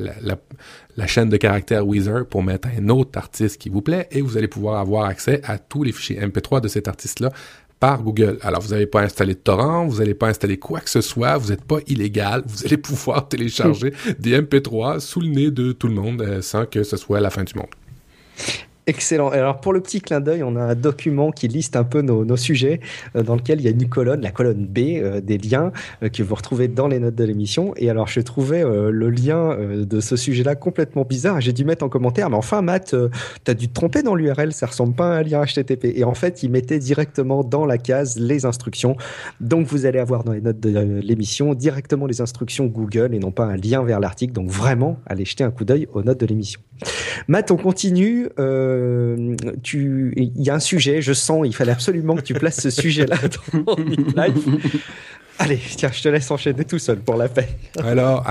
la chaîne de caractères Weezer pour mettre un autre artiste qui vous plaît et vous allez pouvoir avoir accès à tous les fichiers MP3 de cet artiste-là par Google. Alors, vous n'allez pas installer de torrent, vous n'allez pas installer quoi que ce soit, vous n'êtes pas illégal, vous allez pouvoir télécharger des MP3 sous le nez de tout le monde sans que ce soit la fin du monde. Excellent. Alors pour le petit clin d'œil, on a un document qui liste un peu nos sujets dans lequel il y a une colonne, la colonne B, des liens que vous retrouvez dans les notes de l'émission. Et alors je trouvais le lien de ce sujet-là complètement bizarre. J'ai dû mettre en commentaire, mais enfin Matt, t'as dû te tromper dans l'URL, ça ressemble pas à un lien HTTP. Et en fait, il mettait directement dans la case les instructions. Donc vous allez avoir dans les notes de l'émission directement les instructions Google et non pas un lien vers l'article. Donc vraiment, allez jeter un coup d'œil aux notes de l'émission. Matt, on continue. Il y a un sujet, je sens, il fallait absolument que tu places ce sujet-là dans Nip Life. Allez, tiens, je te laisse enchaîner tout seul pour la paix. Alors,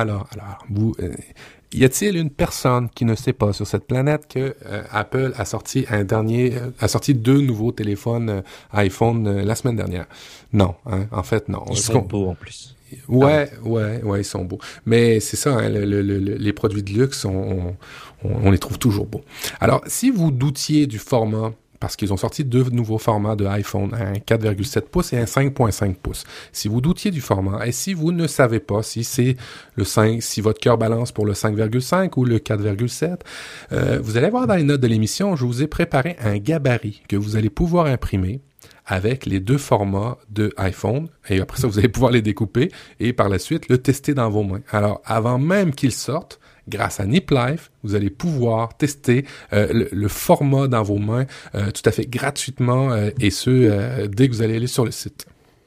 y a-t-il une personne qui ne sait pas sur cette planète que Apple a sorti deux nouveaux téléphones iPhone la semaine dernière? Non, en fait, non. Ils sont beaux en plus. Ouais, ils sont beaux. Mais c'est ça, les produits de luxe, on les trouve toujours beaux. Alors, si vous doutiez du format, parce qu'ils ont sorti deux nouveaux formats de iPhone, un 4,7 pouces et un 5,5 pouces. Si vous doutiez du format, et si vous ne savez pas si c'est le 5, si votre cœur balance pour le 5,5 ou le 4,7, vous allez voir dans les notes de l'émission, je vous ai préparé un gabarit que vous allez pouvoir imprimer avec les deux formats de iPhone, et après ça, vous allez pouvoir les découper, et par la suite, le tester dans vos mains. Alors, avant même qu'ils sortent, grâce à Nip Life, vous allez pouvoir tester le format dans vos mains tout à fait gratuitement, et ce, dès que vous allez aller sur le site.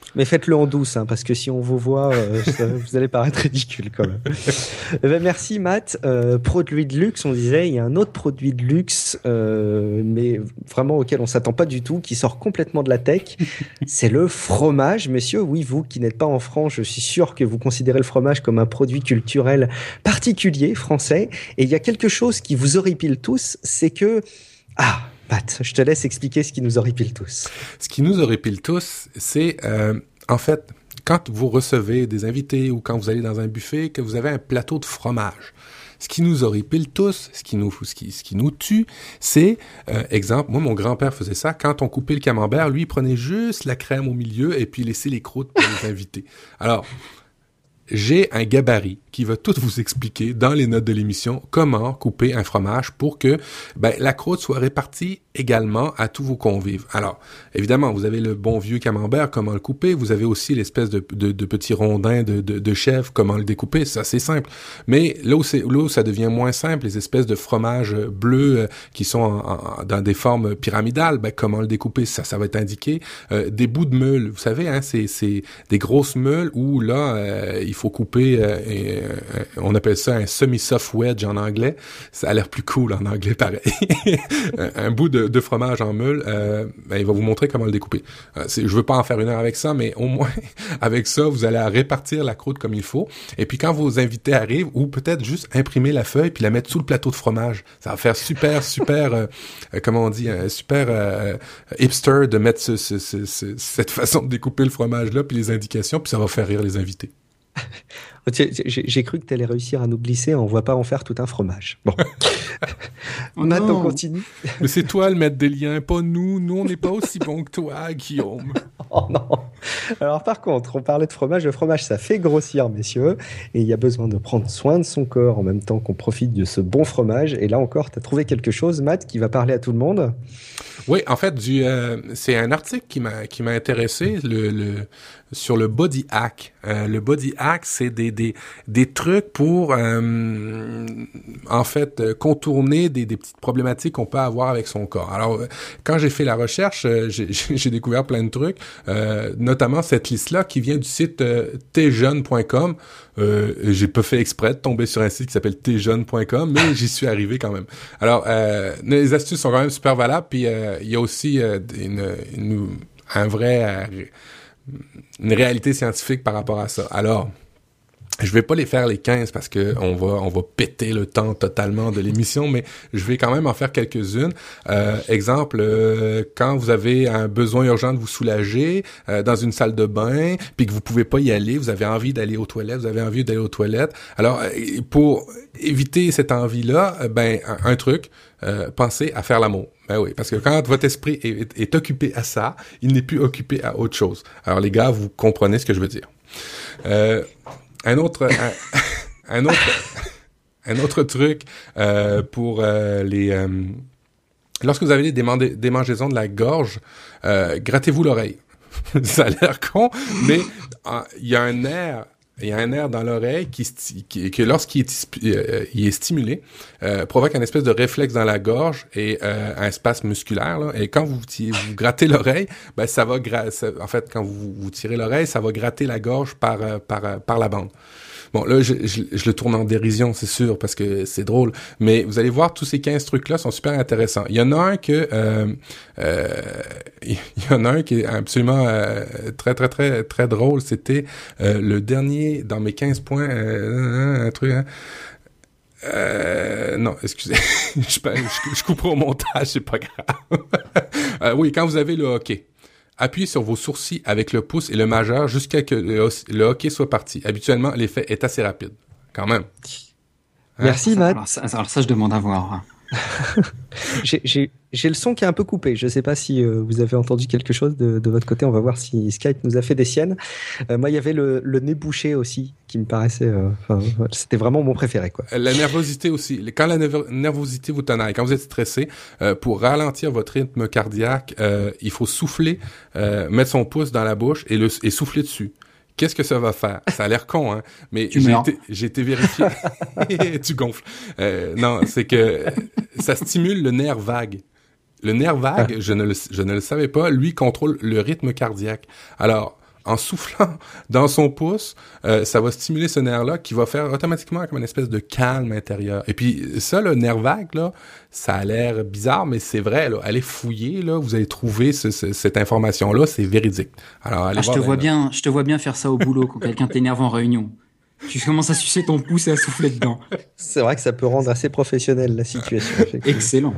Mais faites-le en douce, parce que si on vous voit, vous allez paraître ridicule quand même. Merci Matt. Produit de luxe, on disait, il y a un autre produit de luxe, mais vraiment auquel on s'attend pas du tout, qui sort complètement de la tech. C'est le fromage, messieurs. Oui, vous qui n'êtes pas en France, je suis sûr que vous considérez le fromage comme un produit culturel particulier, français. Et il y a quelque chose qui vous horripile tous, c'est que... Pat, je te laisse expliquer ce qui nous horripile tous. Ce qui nous horripile tous, c'est, en fait, quand vous recevez des invités ou quand vous allez dans un buffet, que vous avez un plateau de fromage. Ce qui nous horripile tous, ce qui nous tue, c'est, exemple, moi, mon grand-père faisait ça. Quand on coupait le camembert, lui, il prenait juste la crème au milieu et puis laissait les croûtes pour les invités. Alors, j'ai un gabarit qui va tout vous expliquer dans les notes de l'émission comment couper un fromage pour que la croûte soit répartie également à tous vos convives. Alors, évidemment, vous avez le bon vieux camembert, comment le couper. Vous avez aussi l'espèce de petits rondins de chèvre, comment le découper. Ça, c'est simple. Mais là où ça devient moins simple, les espèces de fromages bleus qui sont dans des formes pyramidales, comment le découper, ça va être indiqué. Des bouts de meule, vous savez, c'est des grosses meules où là, il faut couper, on appelle ça un semi-soft wedge en anglais. Ça a l'air plus cool en anglais, pareil. Un bout de fromage en meule, il va vous montrer comment le découper. Je veux pas en faire une heure avec ça, mais au moins, avec ça, vous allez répartir la croûte comme il faut. Et puis, quand vos invités arrivent, ou peut-être juste imprimer la feuille puis la mettre sous le plateau de fromage. Ça va faire super, comment on dit, super hipster de mettre cette façon de découper le fromage-là puis les indications, puis ça va faire rire les invités. J'ai cru que tu allais réussir à nous glisser, on ne va pas en faire tout un fromage. Bon. Matt, on continue. Mais c'est toi le maître des liens, pas nous. Nous, on n'est pas aussi bons que toi, Guillaume. Oh non. Alors par contre, on parlait de fromage. Le fromage, ça fait grossir, messieurs. Et il y a besoin de prendre soin de son corps en même temps qu'on profite de ce bon fromage. Et là encore, tu as trouvé quelque chose, Matt, qui va parler à tout le monde. Oui, en fait, c'est un article qui m'a intéressé sur le body hack. Le body hack, c'est des trucs pour en fait contourner des petites problématiques qu'on peut avoir avec son corps. Alors, quand j'ai fait la recherche, j'ai découvert plein de trucs, notamment cette liste-là qui vient du site tjeune.com. J'ai pas fait exprès de tomber sur un site qui s'appelle tjeune.com, mais j'y suis arrivé quand même. Alors, les astuces sont quand même super valables, puis il y a aussi une réalité scientifique par rapport à ça. Alors, je vais pas les faire les 15 parce que on va péter le temps totalement de l'émission, mais je vais quand même en faire quelques-unes. Exemple, quand vous avez un besoin urgent de vous soulager dans une salle de bain, puis que vous pouvez pas y aller, vous avez envie d'aller aux toilettes, Alors, pour éviter cette envie-là, un truc, pensez à faire l'amour. Ben oui, parce que quand votre esprit est occupé à ça, il n'est plus occupé à autre chose. Alors les gars, vous comprenez ce que je veux dire. Un autre truc pour lorsque vous avez des démangeaisons de la gorge, grattez-vous l'oreille. Ça a l'air con, mais il y a un nerf dans l'oreille qui lorsqu'il est stimulé, provoque un espèce de réflexe dans la gorge et un spasme musculaire. Là, et quand vous grattez l'oreille, ça va en fait quand vous tirez l'oreille, ça va gratter la gorge par la bande. Bon, là, je le tourne en dérision, c'est sûr, parce que c'est drôle. Mais vous allez voir, tous ces 15 trucs-là sont super intéressants. Il y en a un qui est absolument très, très, très, très drôle. C'était le dernier dans mes 15 points, un truc... non, excusez, je couperai au montage, c'est pas grave. Oui, quand vous avez le hockey. Appuyez sur vos sourcils avec le pouce et le majeur jusqu'à que le hockey soit parti. Habituellement, l'effet est assez rapide. Quand même. Merci, Matt. Alors ça, je demande à voir. J'ai le son qui est un peu coupé. Je ne sais pas si vous avez entendu quelque chose de votre côté. On va voir si Skype nous a fait des siennes. Moi, il y avait le nez bouché aussi qui me paraissait... c'était vraiment mon préféré, quoi. La nervosité aussi. Quand la nervosité vous tenaille, quand vous êtes stressé, pour ralentir votre rythme cardiaque, il faut souffler, mettre son pouce dans la bouche et souffler dessus. Qu'est-ce que ça va faire? Ça a l'air con, hein, mais j'ai été vérifié. Tu gonfles. Non, c'est que ça stimule le nerf vague. Le nerf vague, je ne le savais pas, lui contrôle le rythme cardiaque. Alors, en soufflant dans son pouce, ça va stimuler ce nerf-là qui va faire automatiquement comme une espèce de calme intérieur. Et puis ça, le nerf vague, là, ça a l'air bizarre, mais c'est vrai, là. Allez fouiller, là, vous allez trouver cette information-là, c'est véridique. Alors, allez je te vois bien faire ça au boulot quand quelqu'un t'énerve en réunion. Tu commences à sucer ton pouce et à souffler dedans. C'est vrai que ça peut rendre assez professionnel la situation. Excellent.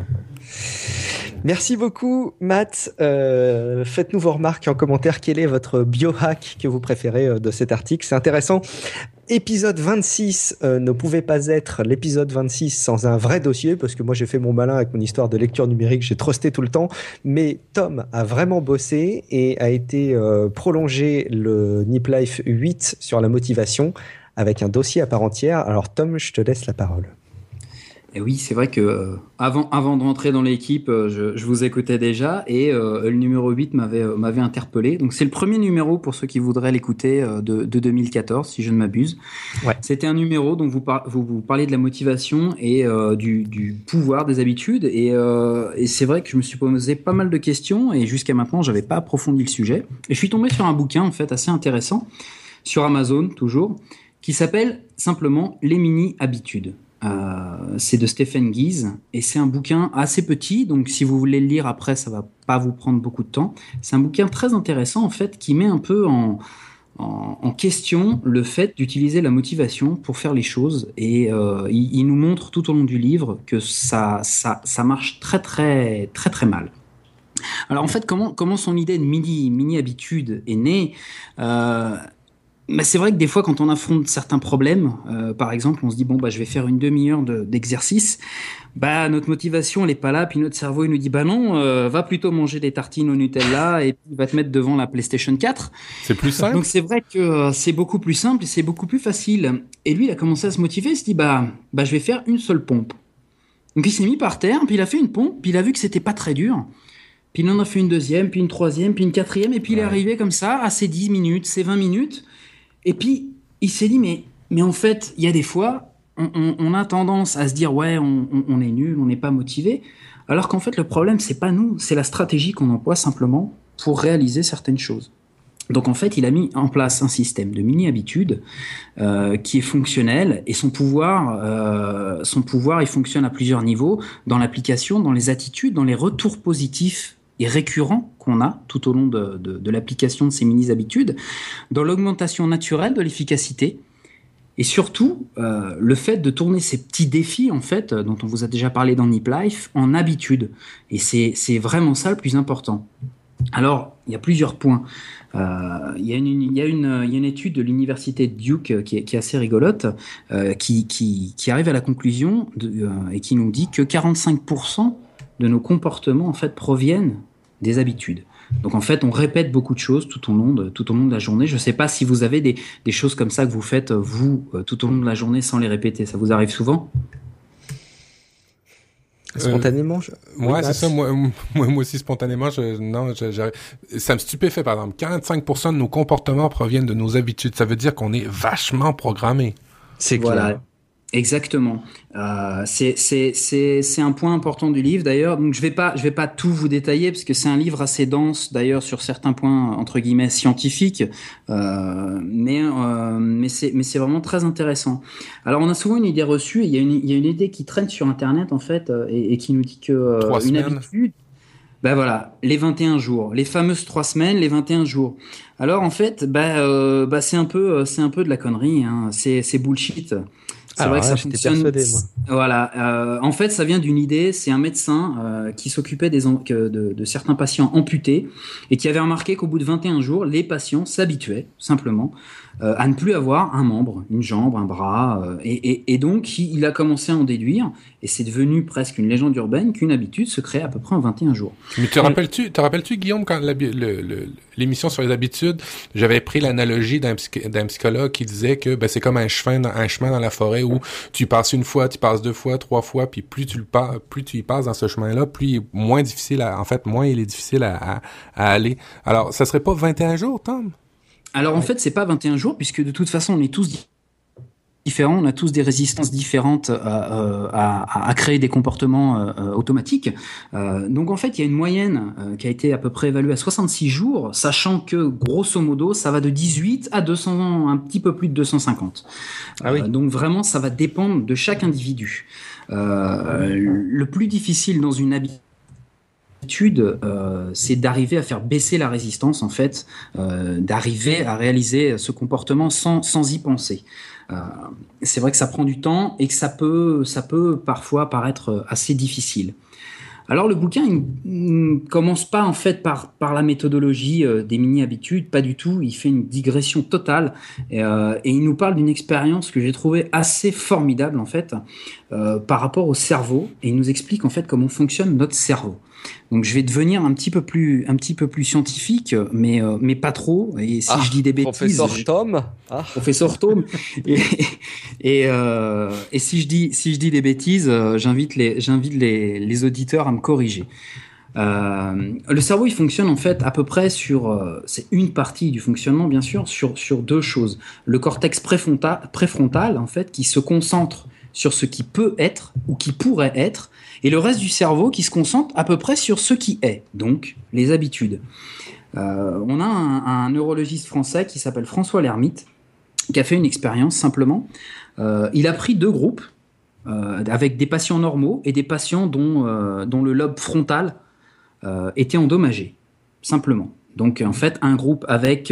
Merci beaucoup, Matt. Faites-nous vos remarques en commentaire. Quel est votre biohack que vous préférez de cet article? C'est intéressant. Épisode 26 ne pouvait pas être l'épisode 26 sans un vrai dossier, parce que moi j'ai fait mon malin avec mon histoire de lecture numérique, j'ai trusté tout le temps, mais Tom a vraiment bossé et a été prolongé le Nip Life 8 sur la motivation avec un dossier à part entière. Alors Tom, je te laisse la parole. Et oui, c'est vrai que avant de rentrer dans l'équipe, je vous écoutais déjà et le numéro 8 m'avait interpellé. Donc c'est le premier numéro pour ceux qui voudraient l'écouter de 2014, si je ne m'abuse. Ouais. C'était un numéro dont vous parliez de la motivation et du pouvoir des habitudes. Et c'est vrai que je me suis posé pas mal de questions et jusqu'à maintenant, j'avais pas approfondi le sujet. Et je suis tombé sur un bouquin en fait assez intéressant sur Amazon toujours, qui s'appelle simplement Les mini-habitudes. C'est de Stephen Guise et c'est un bouquin assez petit, donc si vous voulez le lire après, ça va pas vous prendre beaucoup de temps. C'est un bouquin très intéressant en fait qui met un peu en question le fait d'utiliser la motivation pour faire les choses et il nous montre tout au long du livre que ça marche très très très très mal. Alors en fait, comment son idée de mini habitude est née? C'est vrai que des fois, quand on affronte certains problèmes, par exemple, on se dit bon je vais faire une demi-heure d'exercice. Notre motivation elle est pas là, puis notre cerveau il nous dit non, va plutôt manger des tartines au Nutella et puis va te mettre devant la PlayStation 4. C'est plus simple. Donc c'est vrai que c'est beaucoup plus simple et c'est beaucoup plus facile. Et lui, il a commencé à se motiver, il se dit je vais faire une seule pompe. Donc il s'est mis par terre, puis il a fait une pompe, puis il a vu que c'était pas très dur. Puis il en a fait une deuxième, puis une troisième, puis une quatrième, et puis il est arrivé comme ça à ses 10 minutes, ses 20 minutes. Et puis, il s'est dit, mais en fait, il y a des fois, on a tendance à se dire, ouais, on est nul, on n'est pas motivé. Alors qu'en fait, le problème, c'est pas nous, c'est la stratégie qu'on emploie simplement pour réaliser certaines choses. Donc en fait, il a mis en place un système de mini-habitudes qui est fonctionnel et son pouvoir, il fonctionne à plusieurs niveaux, dans l'application, dans les attitudes, dans les retours positifs et récurrents qu'on a tout au long de l'application de ces mini-habitudes, dans l'augmentation naturelle de l'efficacité et surtout le fait de tourner ces petits défis en fait dont on vous a déjà parlé dans Nip Life en habitude. Et c'est vraiment ça le plus important. Alors, il y a plusieurs points. Il y a une étude de l'université de Duke qui est assez rigolote, qui arrive à la conclusion et qui nous dit que 45% de nos comportements en fait proviennent des habitudes. Donc en fait, on répète beaucoup de choses tout au long de la journée. Je ne sais pas si vous avez des choses comme ça que vous faites tout au long de la journée sans les répéter. Ça vous arrive souvent ? Spontanément, ouais, c'est ça. Moi aussi, spontanément, ça me stupéfait, par exemple. 45% de nos comportements proviennent de nos habitudes. Ça veut dire qu'on est vachement programmé. C'est clair. Voilà. Exactement. C'est un point important du livre d'ailleurs. Donc je vais pas tout vous détailler parce que c'est un livre assez dense d'ailleurs sur certains points entre guillemets scientifiques. Mais c'est vraiment très intéressant. Alors on a souvent une idée reçue. Il y a une idée qui traîne sur Internet en fait et qui nous dit que une habitude. Voilà, les 21 jours, les fameuses 3 semaines, les 21 jours. Alors en fait, c'est un peu de la connerie. Hein. C'est bullshit. C'est vrai que ça fonctionne. Persuadé, moi. Voilà. En fait, ça vient d'une idée. C'est un médecin qui s'occupait de certains patients amputés et qui avait remarqué qu'au bout de 21 jours, les patients s'habituaient simplement à ne plus avoir un membre, une jambe, un bras. Et donc, il a commencé à en déduire. Et c'est devenu presque une légende urbaine qu'une habitude se crée à peu près en 21 jours. Mais te rappelles-tu, Guillaume, quand l'émission sur les habitudes, j'avais pris l'analogie d'un psychologue qui disait que c'est comme un chemin dans la forêt où tu passes une fois, tu passes 2 fois, 3 fois, puis plus tu y passes dans ce chemin-là, moins il est difficile à aller. Alors, ça serait pas 21 jours, Tom? Alors, en fait, c'est pas 21 jours, puisque de toute façon, on est tous différents, on a tous des résistances différentes à créer des comportements automatiques. Donc en fait, il y a une moyenne qui a été à peu près évaluée à 66 jours, sachant que grosso modo, ça va de 18 à 200, un petit peu plus de 250. Ah oui. Donc vraiment, ça va dépendre de chaque individu. Le plus difficile dans une habitude, c'est d'arriver à faire baisser la résistance, en fait, d'arriver à réaliser ce comportement sans y penser. C'est vrai que ça prend du temps et que ça peut parfois paraître assez difficile. Alors le bouquin, il ne commence pas en fait par la méthodologie des mini-habitudes, pas du tout. Il fait une digression totale et il nous parle d'une expérience que j'ai trouvée assez formidable en fait par rapport au cerveau, et il nous explique en fait comment fonctionne notre cerveau. Donc je vais devenir un petit peu plus scientifique, mais pas trop. Et si je dis des bêtises, Professeur Tom. Et si je dis des bêtises, j'invite les auditeurs à me corriger. Le cerveau, il fonctionne en fait à peu près c'est une partie du fonctionnement bien sûr sur deux choses. Le cortex préfrontal en fait qui se concentre sur ce qui peut être ou qui pourrait être, et le reste du cerveau qui se concentre à peu près sur ce qui est, donc les habitudes. On a un neurologiste français qui s'appelle François Lhermitte, qui a fait une expérience simplement. Il a pris deux groupes avec des patients normaux et des patients dont le lobe frontal était endommagé, simplement. Donc en fait, un groupe avec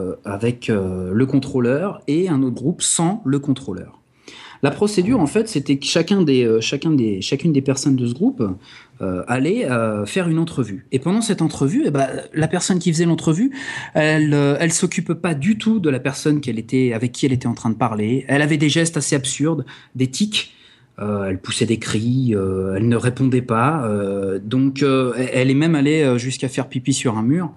le contrôleur et un autre groupe sans le contrôleur. La procédure, en fait, c'était que chacune des personnes de ce groupe allait faire une entrevue. Et pendant cette entrevue, la personne qui faisait l'entrevue, elle s'occupe pas du tout de la personne avec qui elle était en train de parler. Elle avait des gestes assez absurdes, des tics. Elle poussait des cris, elle ne répondait pas. Donc, elle est même allée jusqu'à faire pipi sur un mur.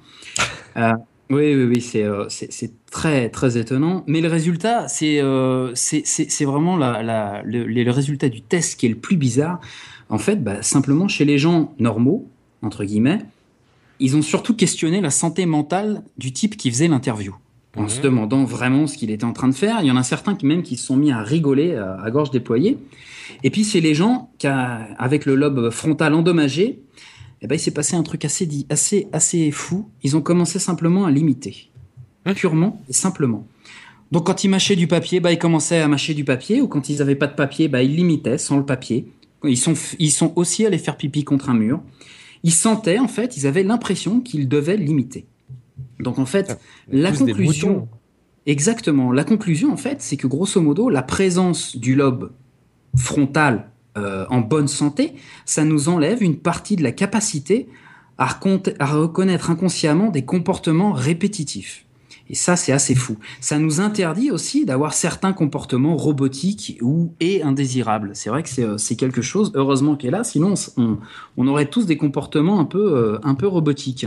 Oui, c'est très très étonnant. Mais le résultat, c'est vraiment le résultat du test qui est le plus bizarre. En fait, simplement chez les gens normaux, entre guillemets, ils ont surtout questionné la santé mentale du type qui faisait l'interview, en se demandant vraiment ce qu'il était en train de faire. Il y en a certains qui se sont mis à rigoler à gorge déployée. Et puis chez les gens avec le lobe frontal endommagé, il s'est passé un truc assez fou. Ils ont commencé simplement à l'imiter. Purement et simplement. Donc quand ils mâchaient du papier, ils commençaient à mâcher du papier, ou quand ils n'avaient pas de papier, ils l'imitaient sans le papier. Ils sont aussi allés faire pipi contre un mur. Ils sentaient, en fait, ils avaient l'impression qu'ils devaient l'imiter. Donc en fait, la conclusion... Exactement. La conclusion, en fait, c'est que grosso modo, la présence du lobe frontal en bonne santé, ça nous enlève une partie de la capacité à reconnaître inconsciemment des comportements répétitifs. Et ça, c'est assez fou. Ça nous interdit aussi d'avoir certains comportements robotiques et indésirables. C'est vrai que c'est quelque chose, heureusement, qui est là, sinon on aurait tous des comportements un peu robotiques.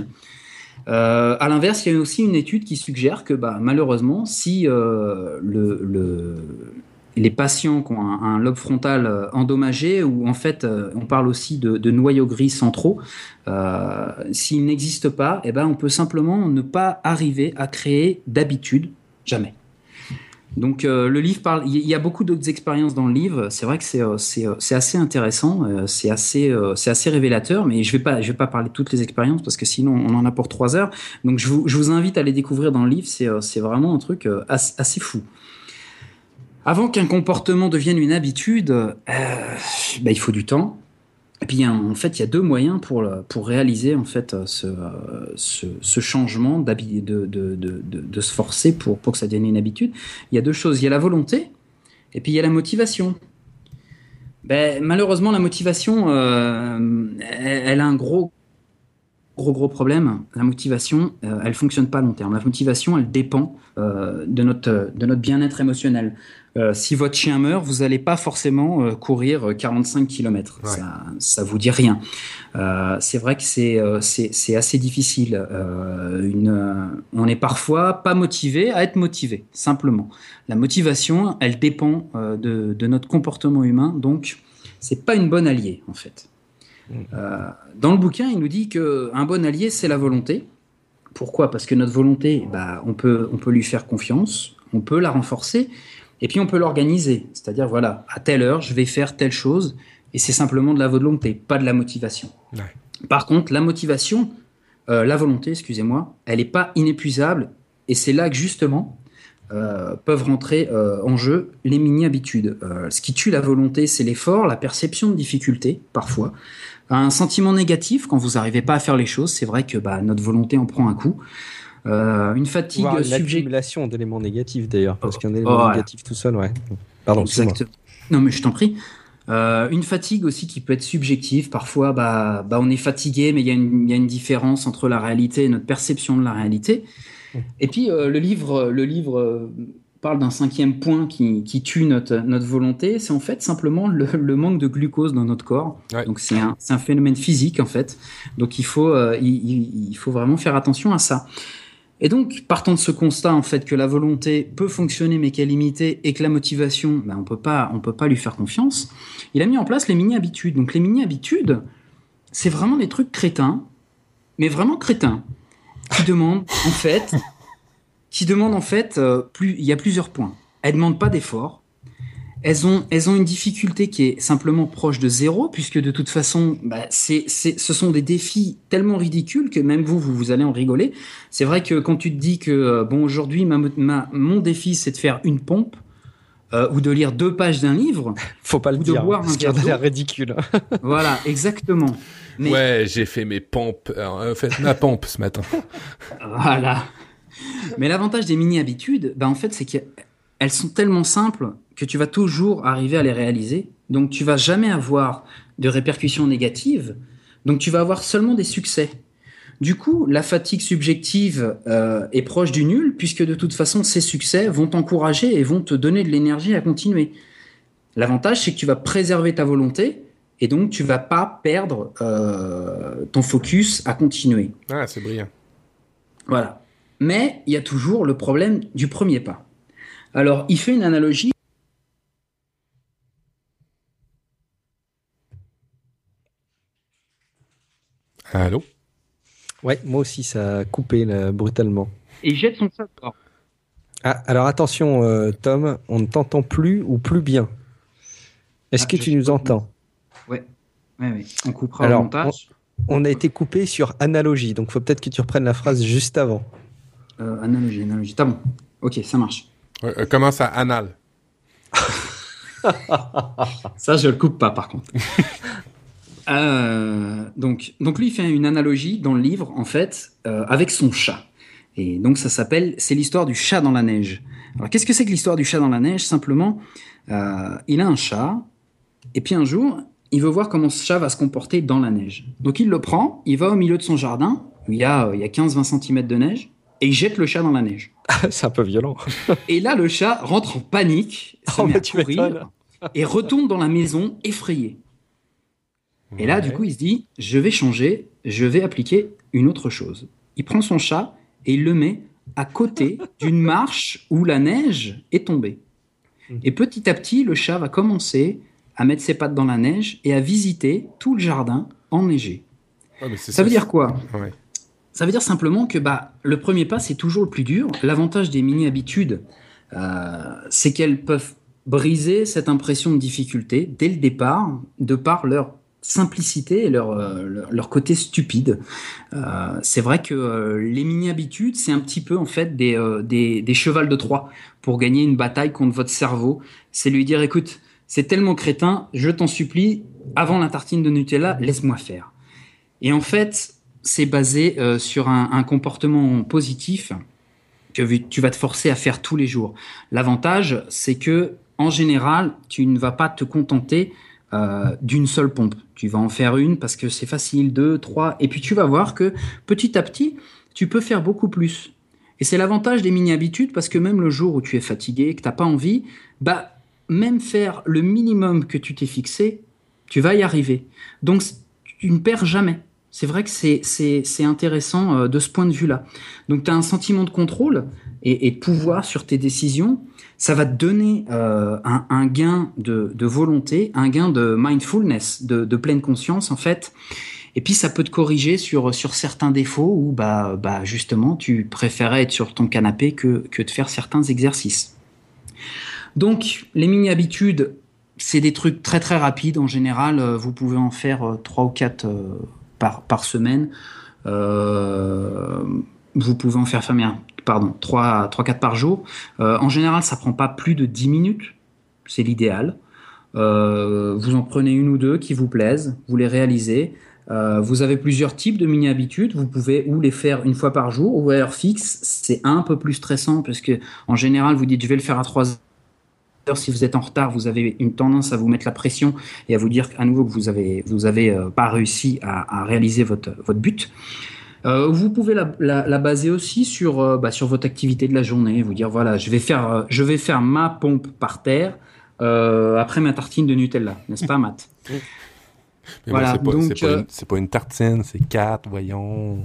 À l'inverse, il y a aussi une étude qui suggère que malheureusement, si les patients qui ont un lobe frontal endommagé, ou en fait on parle aussi de noyaux gris centraux, s'ils n'existent pas, on peut simplement ne pas arriver à créer d'habitude, jamais. Donc le livre parle, il y a beaucoup d'autres expériences dans le livre. C'est vrai que c'est assez intéressant, c'est assez révélateur, mais je vais pas parler de toutes les expériences parce que sinon on en a pour 3 heures. Donc je vous invite à les découvrir dans le livre. C'est vraiment un truc assez fou. Avant qu'un comportement devienne une habitude, il faut du temps. Et puis en fait, il y a 2 moyens pour réaliser en fait ce changement de se forcer pour que ça devienne une habitude. Il y a 2 choses. Il y a la volonté et puis il y a la motivation. Malheureusement, la motivation, elle a un gros problème. La motivation, elle fonctionne pas à long terme. La motivation, elle dépend de notre bien-être émotionnel. Si votre chien meurt, vous n'allez pas forcément courir 45 km. Ouais. Ça vous dit rien. C'est vrai que c'est assez difficile. On est parfois pas motivé à être motivé, simplement. La motivation, elle dépend de notre comportement humain, donc c'est pas une bonne alliée, en fait. Dans le bouquin, il nous dit qu'un bon allié, c'est la volonté. Pourquoi ? Parce que notre volonté, on peut lui faire confiance, on peut la renforcer, Et puis on peut l'organiser, c'est-à-dire voilà, à telle heure, je vais faire telle chose, et c'est simplement de la volonté, pas de la motivation. Ouais. Par contre, la volonté, excusez-moi, elle n'est pas inépuisable, et c'est là que justement peuvent rentrer en jeu les mini-habitudes. Ce qui tue la volonté, c'est l'effort, la perception de difficulté, parfois. Un sentiment négatif, quand vous n'arrivez pas à faire les choses, c'est vrai que notre volonté en prend un coup. Une fatigue subjective. L'accumulation d'éléments négatifs d'ailleurs, parce qu'un élément négatif tout seul, ouais. Pardon, exactement. Non, mais je t'en prie. Une fatigue aussi qui peut être subjective. Parfois, on est fatigué, mais il y a une différence entre la réalité et notre perception de la réalité. Et puis, le livre parle d'un 5e point qui tue notre volonté. C'est en fait simplement le manque de glucose dans notre corps. Ouais. Donc, c'est un phénomène physique, en fait. Donc, il faut vraiment faire attention à ça. Et donc, partant de ce constat, en fait, que la volonté peut fonctionner, mais qu'elle est limitée, et que la motivation, on peut pas lui faire confiance, il a mis en place les mini-habitudes. Donc, les mini-habitudes, c'est vraiment des trucs crétins, mais vraiment crétins, qui demandent, en fait, il y a plusieurs points. Elles demandent pas d'effort. Elles ont une difficulté qui est simplement proche de 0, puisque de toute façon, ce sont des défis tellement ridicules que même vous allez en rigoler. C'est vrai que quand tu te dis que aujourd'hui mon défi c'est de faire une pompe ou de lire 2 pages d'un livre, faut pas le dire, parce qu'il y a l'air ridicule. Voilà, exactement. Mais... Ouais, j'ai fait mes pompes, ma pompe ce matin. Voilà. Mais l'avantage des mini-habitudes, en fait, c'est qu'elles sont tellement simples que tu vas toujours arriver à les réaliser. Donc, tu vas jamais avoir de répercussions négatives. Donc, tu vas avoir seulement des succès. Du coup, la fatigue subjective est proche du nul, puisque de toute façon, ces succès vont t'encourager et vont te donner de l'énergie à continuer. L'avantage, c'est que tu vas préserver ta volonté et donc tu vas pas perdre ton focus à continuer. Ah, c'est brillant. Voilà. Mais il y a toujours le problème du premier pas. Alors, il fait une analogie. Allô? Ouais, moi aussi, ça a coupé là, brutalement. Et il jette son sac dehors. Ah, alors attention, Tom, on ne t'entend plus ou plus bien. Est-ce que tu nous entends? Ouais. On coupera le montage. On a été coupé sur analogie, donc il faut peut-être que tu reprennes la phrase juste avant. Analogie. T'as bon. Ok, ça marche. Commence à anal. Ça, je le coupe pas, par contre. Donc lui, il fait une analogie dans le livre, en fait, avec son chat. Et donc, c'est l'histoire du chat dans la neige. Alors, qu'est-ce que c'est que l'histoire du chat dans la neige? Simplement, il a un chat, et puis un jour, il veut voir comment ce chat va se comporter dans la neige. Donc, il le prend, il va au milieu de son jardin, où il y a 15-20 cm de neige, et il jette le chat dans la neige. C'est un peu violent. Et là, le chat rentre en panique, se met à courir, et retourne dans la maison effrayé. Et là, du coup, il se dit, je vais changer, je vais appliquer une autre chose. Il prend son chat et il le met à côté d'une marche où la neige est tombée. Et petit à petit, le chat va commencer à mettre ses pattes dans la neige et à visiter tout le jardin enneigé. Ça veut dire quoi? Ça veut dire simplement que le premier pas, c'est toujours le plus dur. L'avantage des mini-habitudes, c'est qu'elles peuvent briser cette impression de difficulté dès le départ, de par leur simplicité et leur côté stupide. C'est vrai que les mini-habitudes, c'est un petit peu en fait des chevals de Troie pour gagner une bataille contre votre cerveau. C'est lui dire, écoute, c'est tellement crétin, je t'en supplie, avant la tartine de Nutella, laisse-moi faire. Et en fait, c'est basé sur un comportement positif que tu vas te forcer à faire tous les jours. L'avantage, c'est que en général, tu ne vas pas te contenter d'une seule pompe. Tu vas en faire une parce que c'est facile, 2, 3, et puis tu vas voir que petit à petit, tu peux faire beaucoup plus. Et c'est l'avantage des mini-habitudes parce que même le jour où tu es fatigué, que tu n'as pas envie, même faire le minimum que tu t'es fixé, tu vas y arriver. Donc, tu ne perds jamais. C'est vrai que c'est intéressant de ce point de vue-là. Donc, tu as un sentiment de contrôle et de pouvoir sur tes décisions. Ça va te donner un gain de volonté, un gain de mindfulness, de pleine conscience, en fait. Et puis, ça peut te corriger sur certains défauts où, justement, tu préférais être sur ton canapé que de faire certains exercices. Donc, les mini-habitudes, c'est des trucs très très rapides. En général, vous pouvez en faire 3 ou 4 par semaine. Vous pouvez en faire 3-4 par jour. En général, ça prend pas plus de 10 minutes. C'est l'idéal. Vous en prenez une ou deux qui vous plaisent, vous les réalisez. Vous avez plusieurs types de mini-habitudes. Vous pouvez ou les faire une fois par jour ou à heure fixe. C'est un peu plus stressant parce que en général, vous dites je vais le faire à 3 heures. Si vous êtes en retard, vous avez une tendance à vous mettre la pression et à vous dire à nouveau que vous avez pas réussi à réaliser votre but. Vous pouvez la baser aussi sur votre activité de la journée. Vous dire voilà, je vais faire ma pompe par terre après ma tartine de Nutella, n'est-ce pas, Matt? Mais voilà, c'est pas une tartine, c'est 4, voyons.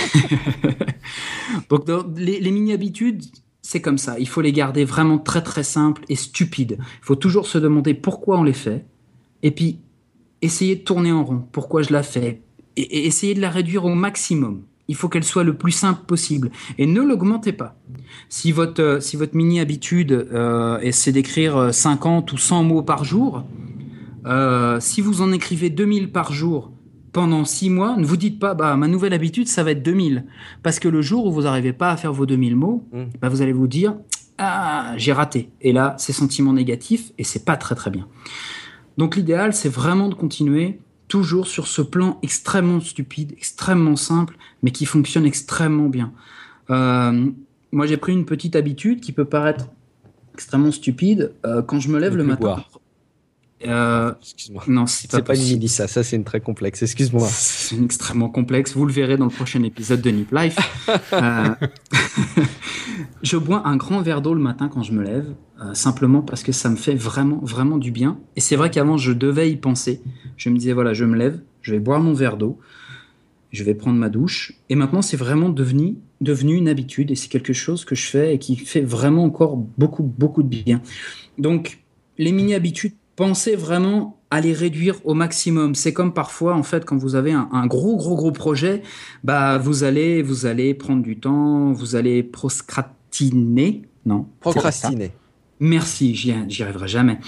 Donc les mini-habitudes, c'est comme ça. Il faut les garder vraiment très très simples et stupides. Il faut toujours se demander pourquoi on les fait et puis essayer de tourner en rond. Pourquoi je la fais? Et essayer de la réduire au maximum. Il faut qu'elle soit le plus simple possible. Et ne l'augmentez pas. Si votre mini-habitude c'est d'écrire 50 ou 100 mots par jour, si vous en écrivez 2000 par jour pendant 6 mois, ne vous dites pas ma nouvelle habitude, ça va être 2000. Parce que le jour où vous n'arrivez pas à faire vos 2000 mots, vous allez vous dire j'ai raté. Et là, c'est sentiment négatif et c'est pas très très bien. Donc l'idéal, c'est vraiment de continuer toujours sur ce plan extrêmement stupide, extrêmement simple, mais qui fonctionne extrêmement bien. Moi, j'ai pris une petite habitude qui peut paraître extrêmement stupide. Quand je me lève le matin... Excuse-moi. Non, c'est pas une mini, ça c'est une très complexe. Excuse-moi. C'est une extrêmement complexe. Vous le verrez dans le prochain épisode de Nip Life. Je bois un grand verre d'eau le matin quand je me lève, simplement parce que ça me fait vraiment, vraiment du bien. Et c'est vrai qu'avant, je devais y penser. Je me disais, voilà, je me lève, je vais boire mon verre d'eau, je vais prendre ma douche. Et maintenant, c'est vraiment devenu une habitude. Et c'est quelque chose que je fais et qui fait vraiment encore beaucoup, beaucoup de bien. Donc, les mini-habitudes, pensez vraiment à les réduire au maximum. C'est comme parfois, en fait, quand vous avez un gros projet, vous allez prendre du temps, vous allez procrastiner. Merci, j'y arriverai jamais.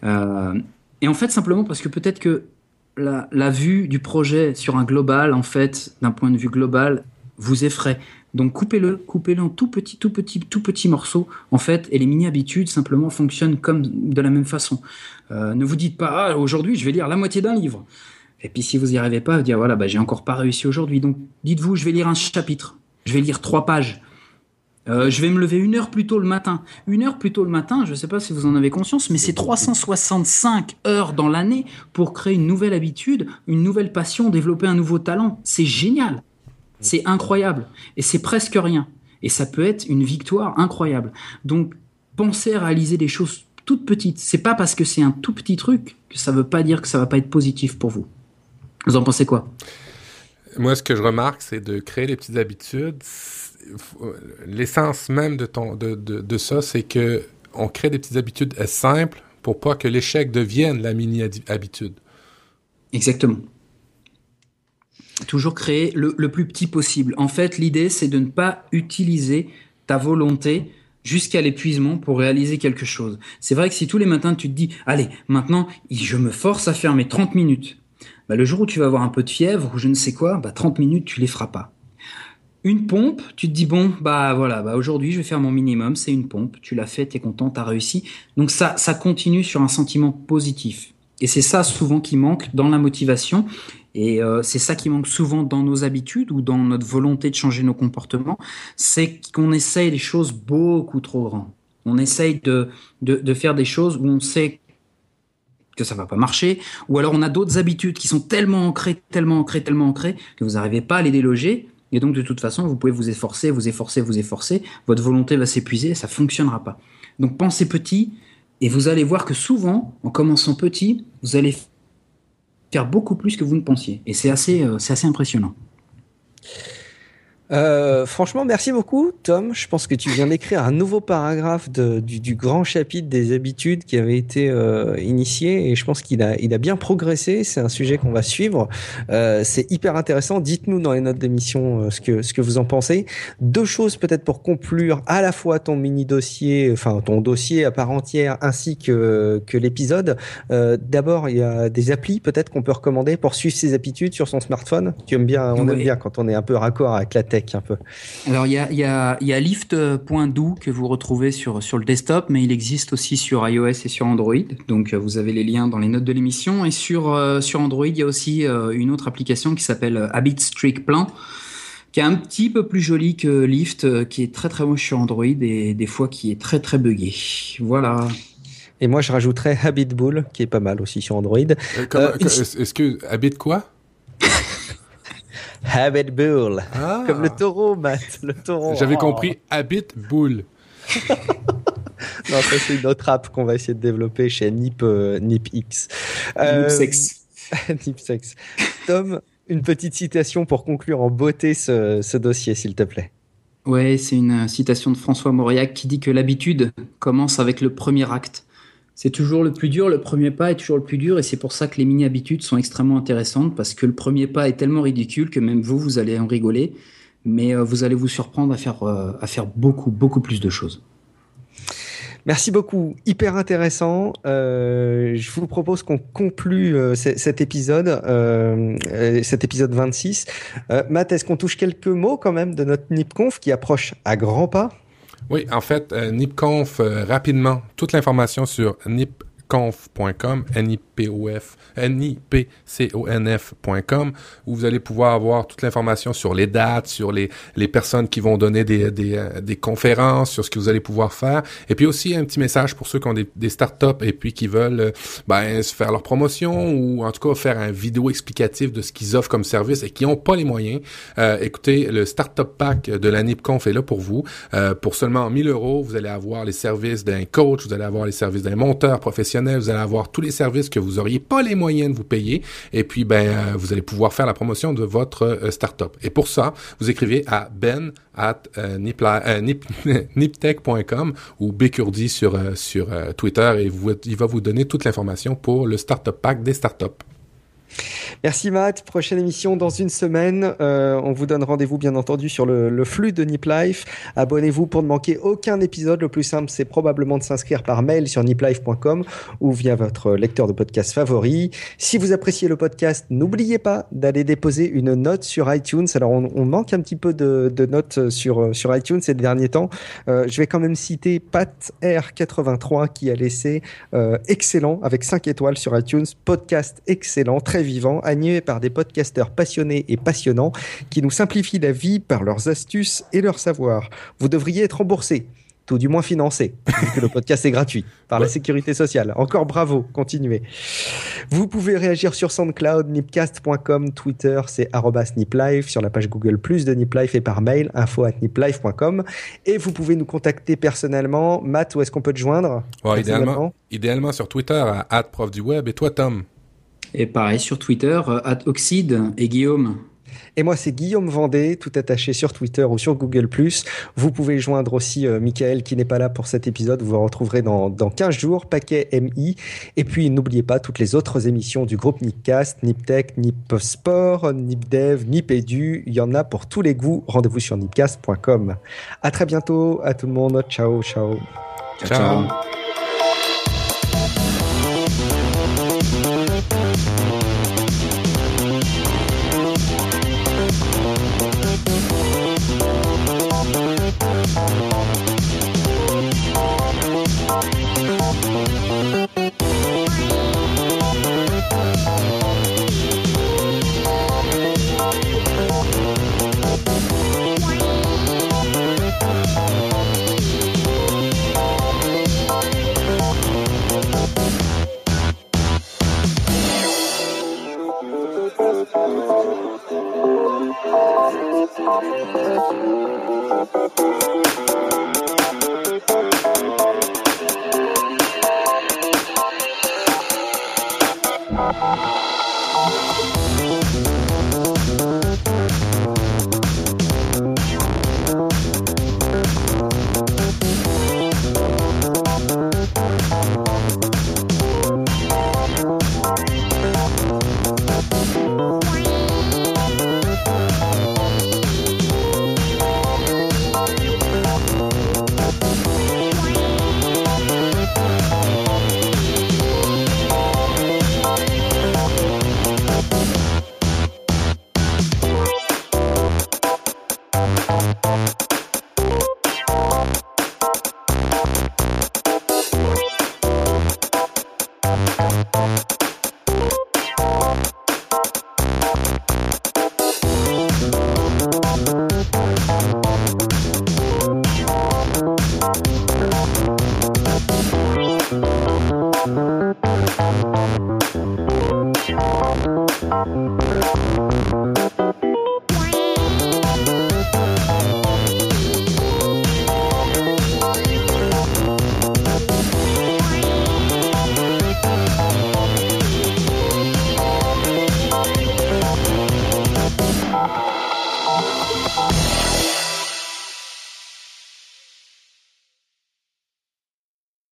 Et en fait, simplement parce que peut-être que la vue du projet sur un global, en fait, d'un point de vue global, vous effraie. Donc coupez-le en tout petit morceaux, en fait, et les mini-habitudes simplement fonctionnent comme de la même façon. Ne vous dites pas aujourd'hui je vais lire la moitié d'un livre. Et puis si vous n'y arrivez pas, vous dire voilà j'ai encore pas réussi aujourd'hui. Donc dites-vous je vais lire un chapitre, je vais lire 3 pages. Je vais me lever 1 heure plus tôt le matin. 1 heure plus tôt le matin, je ne sais pas si vous en avez conscience, mais c'est 365 heures dans l'année pour créer une nouvelle habitude, une nouvelle passion, développer un nouveau talent. C'est génial. C'est incroyable. Et c'est presque rien. Et ça peut être une victoire incroyable. Donc, pensez à réaliser des choses toutes petites. C'est pas parce que c'est un tout petit truc que ça veut pas dire que ça va pas être positif pour vous. Vous en pensez quoi? Moi, ce que je remarque, c'est de créer des petites habitudes. L'essence même de ça, c'est que on crée des petites habitudes simples pour pas que l'échec devienne la mini-habitude. Exactement. Toujours créer le plus petit possible. En fait, l'idée, c'est de ne pas utiliser ta volonté jusqu'à l'épuisement pour réaliser quelque chose. C'est vrai que si tous les matins, tu te dis « Allez, maintenant, je me force à faire mes 30 minutes. » Le jour où tu vas avoir un peu de fièvre ou je ne sais quoi, 30 minutes, tu les feras pas. Une pompe, tu te dis « Bon, aujourd'hui, je vais faire mon minimum. C'est une pompe. » Tu l'as fait, tu es content, tu as réussi. Donc ça continue sur un sentiment positif. Et c'est ça souvent qui manque dans la motivation. Et c'est ça qui manque souvent dans nos habitudes ou dans notre volonté de changer nos comportements, c'est qu'on essaye des choses beaucoup trop grandes. On essaye de faire des choses où on sait que ça va pas marcher, ou alors on a d'autres habitudes qui sont tellement ancrées, que vous n'arrivez pas à les déloger, et donc de toute façon, vous pouvez vous efforcer, votre volonté va s'épuiser, et ça fonctionnera pas. Donc pensez petit, et vous allez voir que souvent, en commençant petit, vous allez faire beaucoup plus que vous ne pensiez. Et c'est assez impressionnant. Franchement, merci beaucoup, Tom. Je pense que tu viens d'écrire un nouveau paragraphe du grand chapitre des habitudes qui avait été initié, et je pense qu'il a bien progressé. C'est un sujet qu'on va suivre. C'est hyper intéressant. Dites-nous dans les notes d'émission ce que vous en pensez. Deux choses peut-être pour conclure à la fois ton mini dossier, enfin ton dossier à part entière, ainsi que l'épisode. D'abord, il y a des applis peut-être qu'on peut recommander pour suivre ses habitudes sur son smartphone. Tu aimes bien, on aime bien quand on est un peu raccord avec la tech un peu. Alors il y a Lift.do que vous retrouvez sur le desktop, mais il existe aussi sur iOS et sur Android. Donc vous avez les liens dans les notes de l'émission. Et sur Android, il y a aussi une autre application qui s'appelle Habit Streak Plan, qui est un petit peu plus jolie que Lift, qui est très très moche sur Android et des fois qui est très très buggé. Voilà. Et moi je rajouterais Habit Bull, qui est pas mal aussi sur Android. Est-ce que Habit quoi? Habit Bull. Ah. Comme le taureau, Matt. Le taureau. J'avais compris Habit Bull. Non, ça c'est une autre app qu'on va essayer de développer chez NipX. NipSex. Tom, une petite citation pour conclure en beauté ce dossier, s'il te plaît. Ouais, c'est une citation de François Mauriac qui dit que l'habitude commence avec le premier acte. C'est toujours le plus dur, le premier pas est toujours le plus dur, et c'est pour ça que les mini-habitudes sont extrêmement intéressantes, parce que le premier pas est tellement ridicule que même vous allez en rigoler, mais vous allez vous surprendre à faire beaucoup, beaucoup plus de choses. Merci beaucoup, hyper intéressant. Je vous propose qu'on conclue cet épisode 26. Matt, est-ce qu'on touche quelques mots quand même de notre NipConf qui approche à grands pas? Oui, en fait, NipConf, rapidement, toute l'information sur nipconf.com, nipconf.com, où vous allez pouvoir avoir toute l'information sur les dates, sur les personnes qui vont donner des conférences, sur ce que vous allez pouvoir faire. Et puis aussi un petit message pour ceux qui ont des startups et puis qui veulent se faire leur promotion ou en tout cas faire un vidéo explicatif de ce qu'ils offrent comme service et qui n'ont pas les moyens. Écoutez, le Startup Pack de la NipConf est là pour vous. Pour seulement 1 000 €, vous allez avoir les services d'un coach, vous allez avoir les services d'un monteur professionnel, vous allez avoir tous les services que vous auriez pas les moyens de vous payer, et puis vous allez pouvoir faire la promotion de votre startup. Et pour ça, vous écrivez à ben@niptech.com ou bkurdi sur Twitter, et il va vous donner toute l'information pour le Startup Pack des startups. Merci Matt, prochaine émission dans une semaine. On vous donne rendez-vous bien entendu sur le flux de NipLife. Abonnez-vous pour ne manquer aucun épisode. Le plus simple, c'est probablement de s'inscrire par mail sur niplife.com ou via votre lecteur de podcast favori. Si vous appréciez le podcast, n'oubliez pas d'aller déposer une note sur iTunes. Alors on manque un petit peu de notes sur iTunes ces derniers temps. Je vais quand même citer Pat R83 qui a laissé excellent avec 5 étoiles sur iTunes. Podcast excellent, très vivant, animé par des podcasteurs passionnés et passionnants qui nous simplifient la vie par leurs astuces et leur savoir. Vous devriez être remboursé, tout du moins financé, vu que le podcast est gratuit, par la Sécurité sociale. Encore bravo, continuez. Vous pouvez réagir sur SoundCloud, nipcast.com, Twitter, c'est @niplife, sur la page Google+, de NipLife et par mail, info@niplife.com. Et vous pouvez nous contacter personnellement. Matt, où est-ce qu'on peut te joindre? Idéalement sur Twitter, à @profduweb. Et toi, Tom? Et pareil sur Twitter, @Oxide, et Guillaume. Et moi, c'est Guillaume Vendée, tout attaché sur Twitter ou sur Google+. Vous pouvez joindre aussi Michael, qui n'est pas là pour cet épisode. Vous vous retrouverez dans 15 jours, paquet MI. Et puis, n'oubliez pas toutes les autres émissions du groupe Nipcast, Niptech, Nipsport, Nipdev, Nipedu. Il y en a pour tous les goûts. Rendez-vous sur nipcast.com. À très bientôt, à tout le monde. Ciao, ciao. Ciao.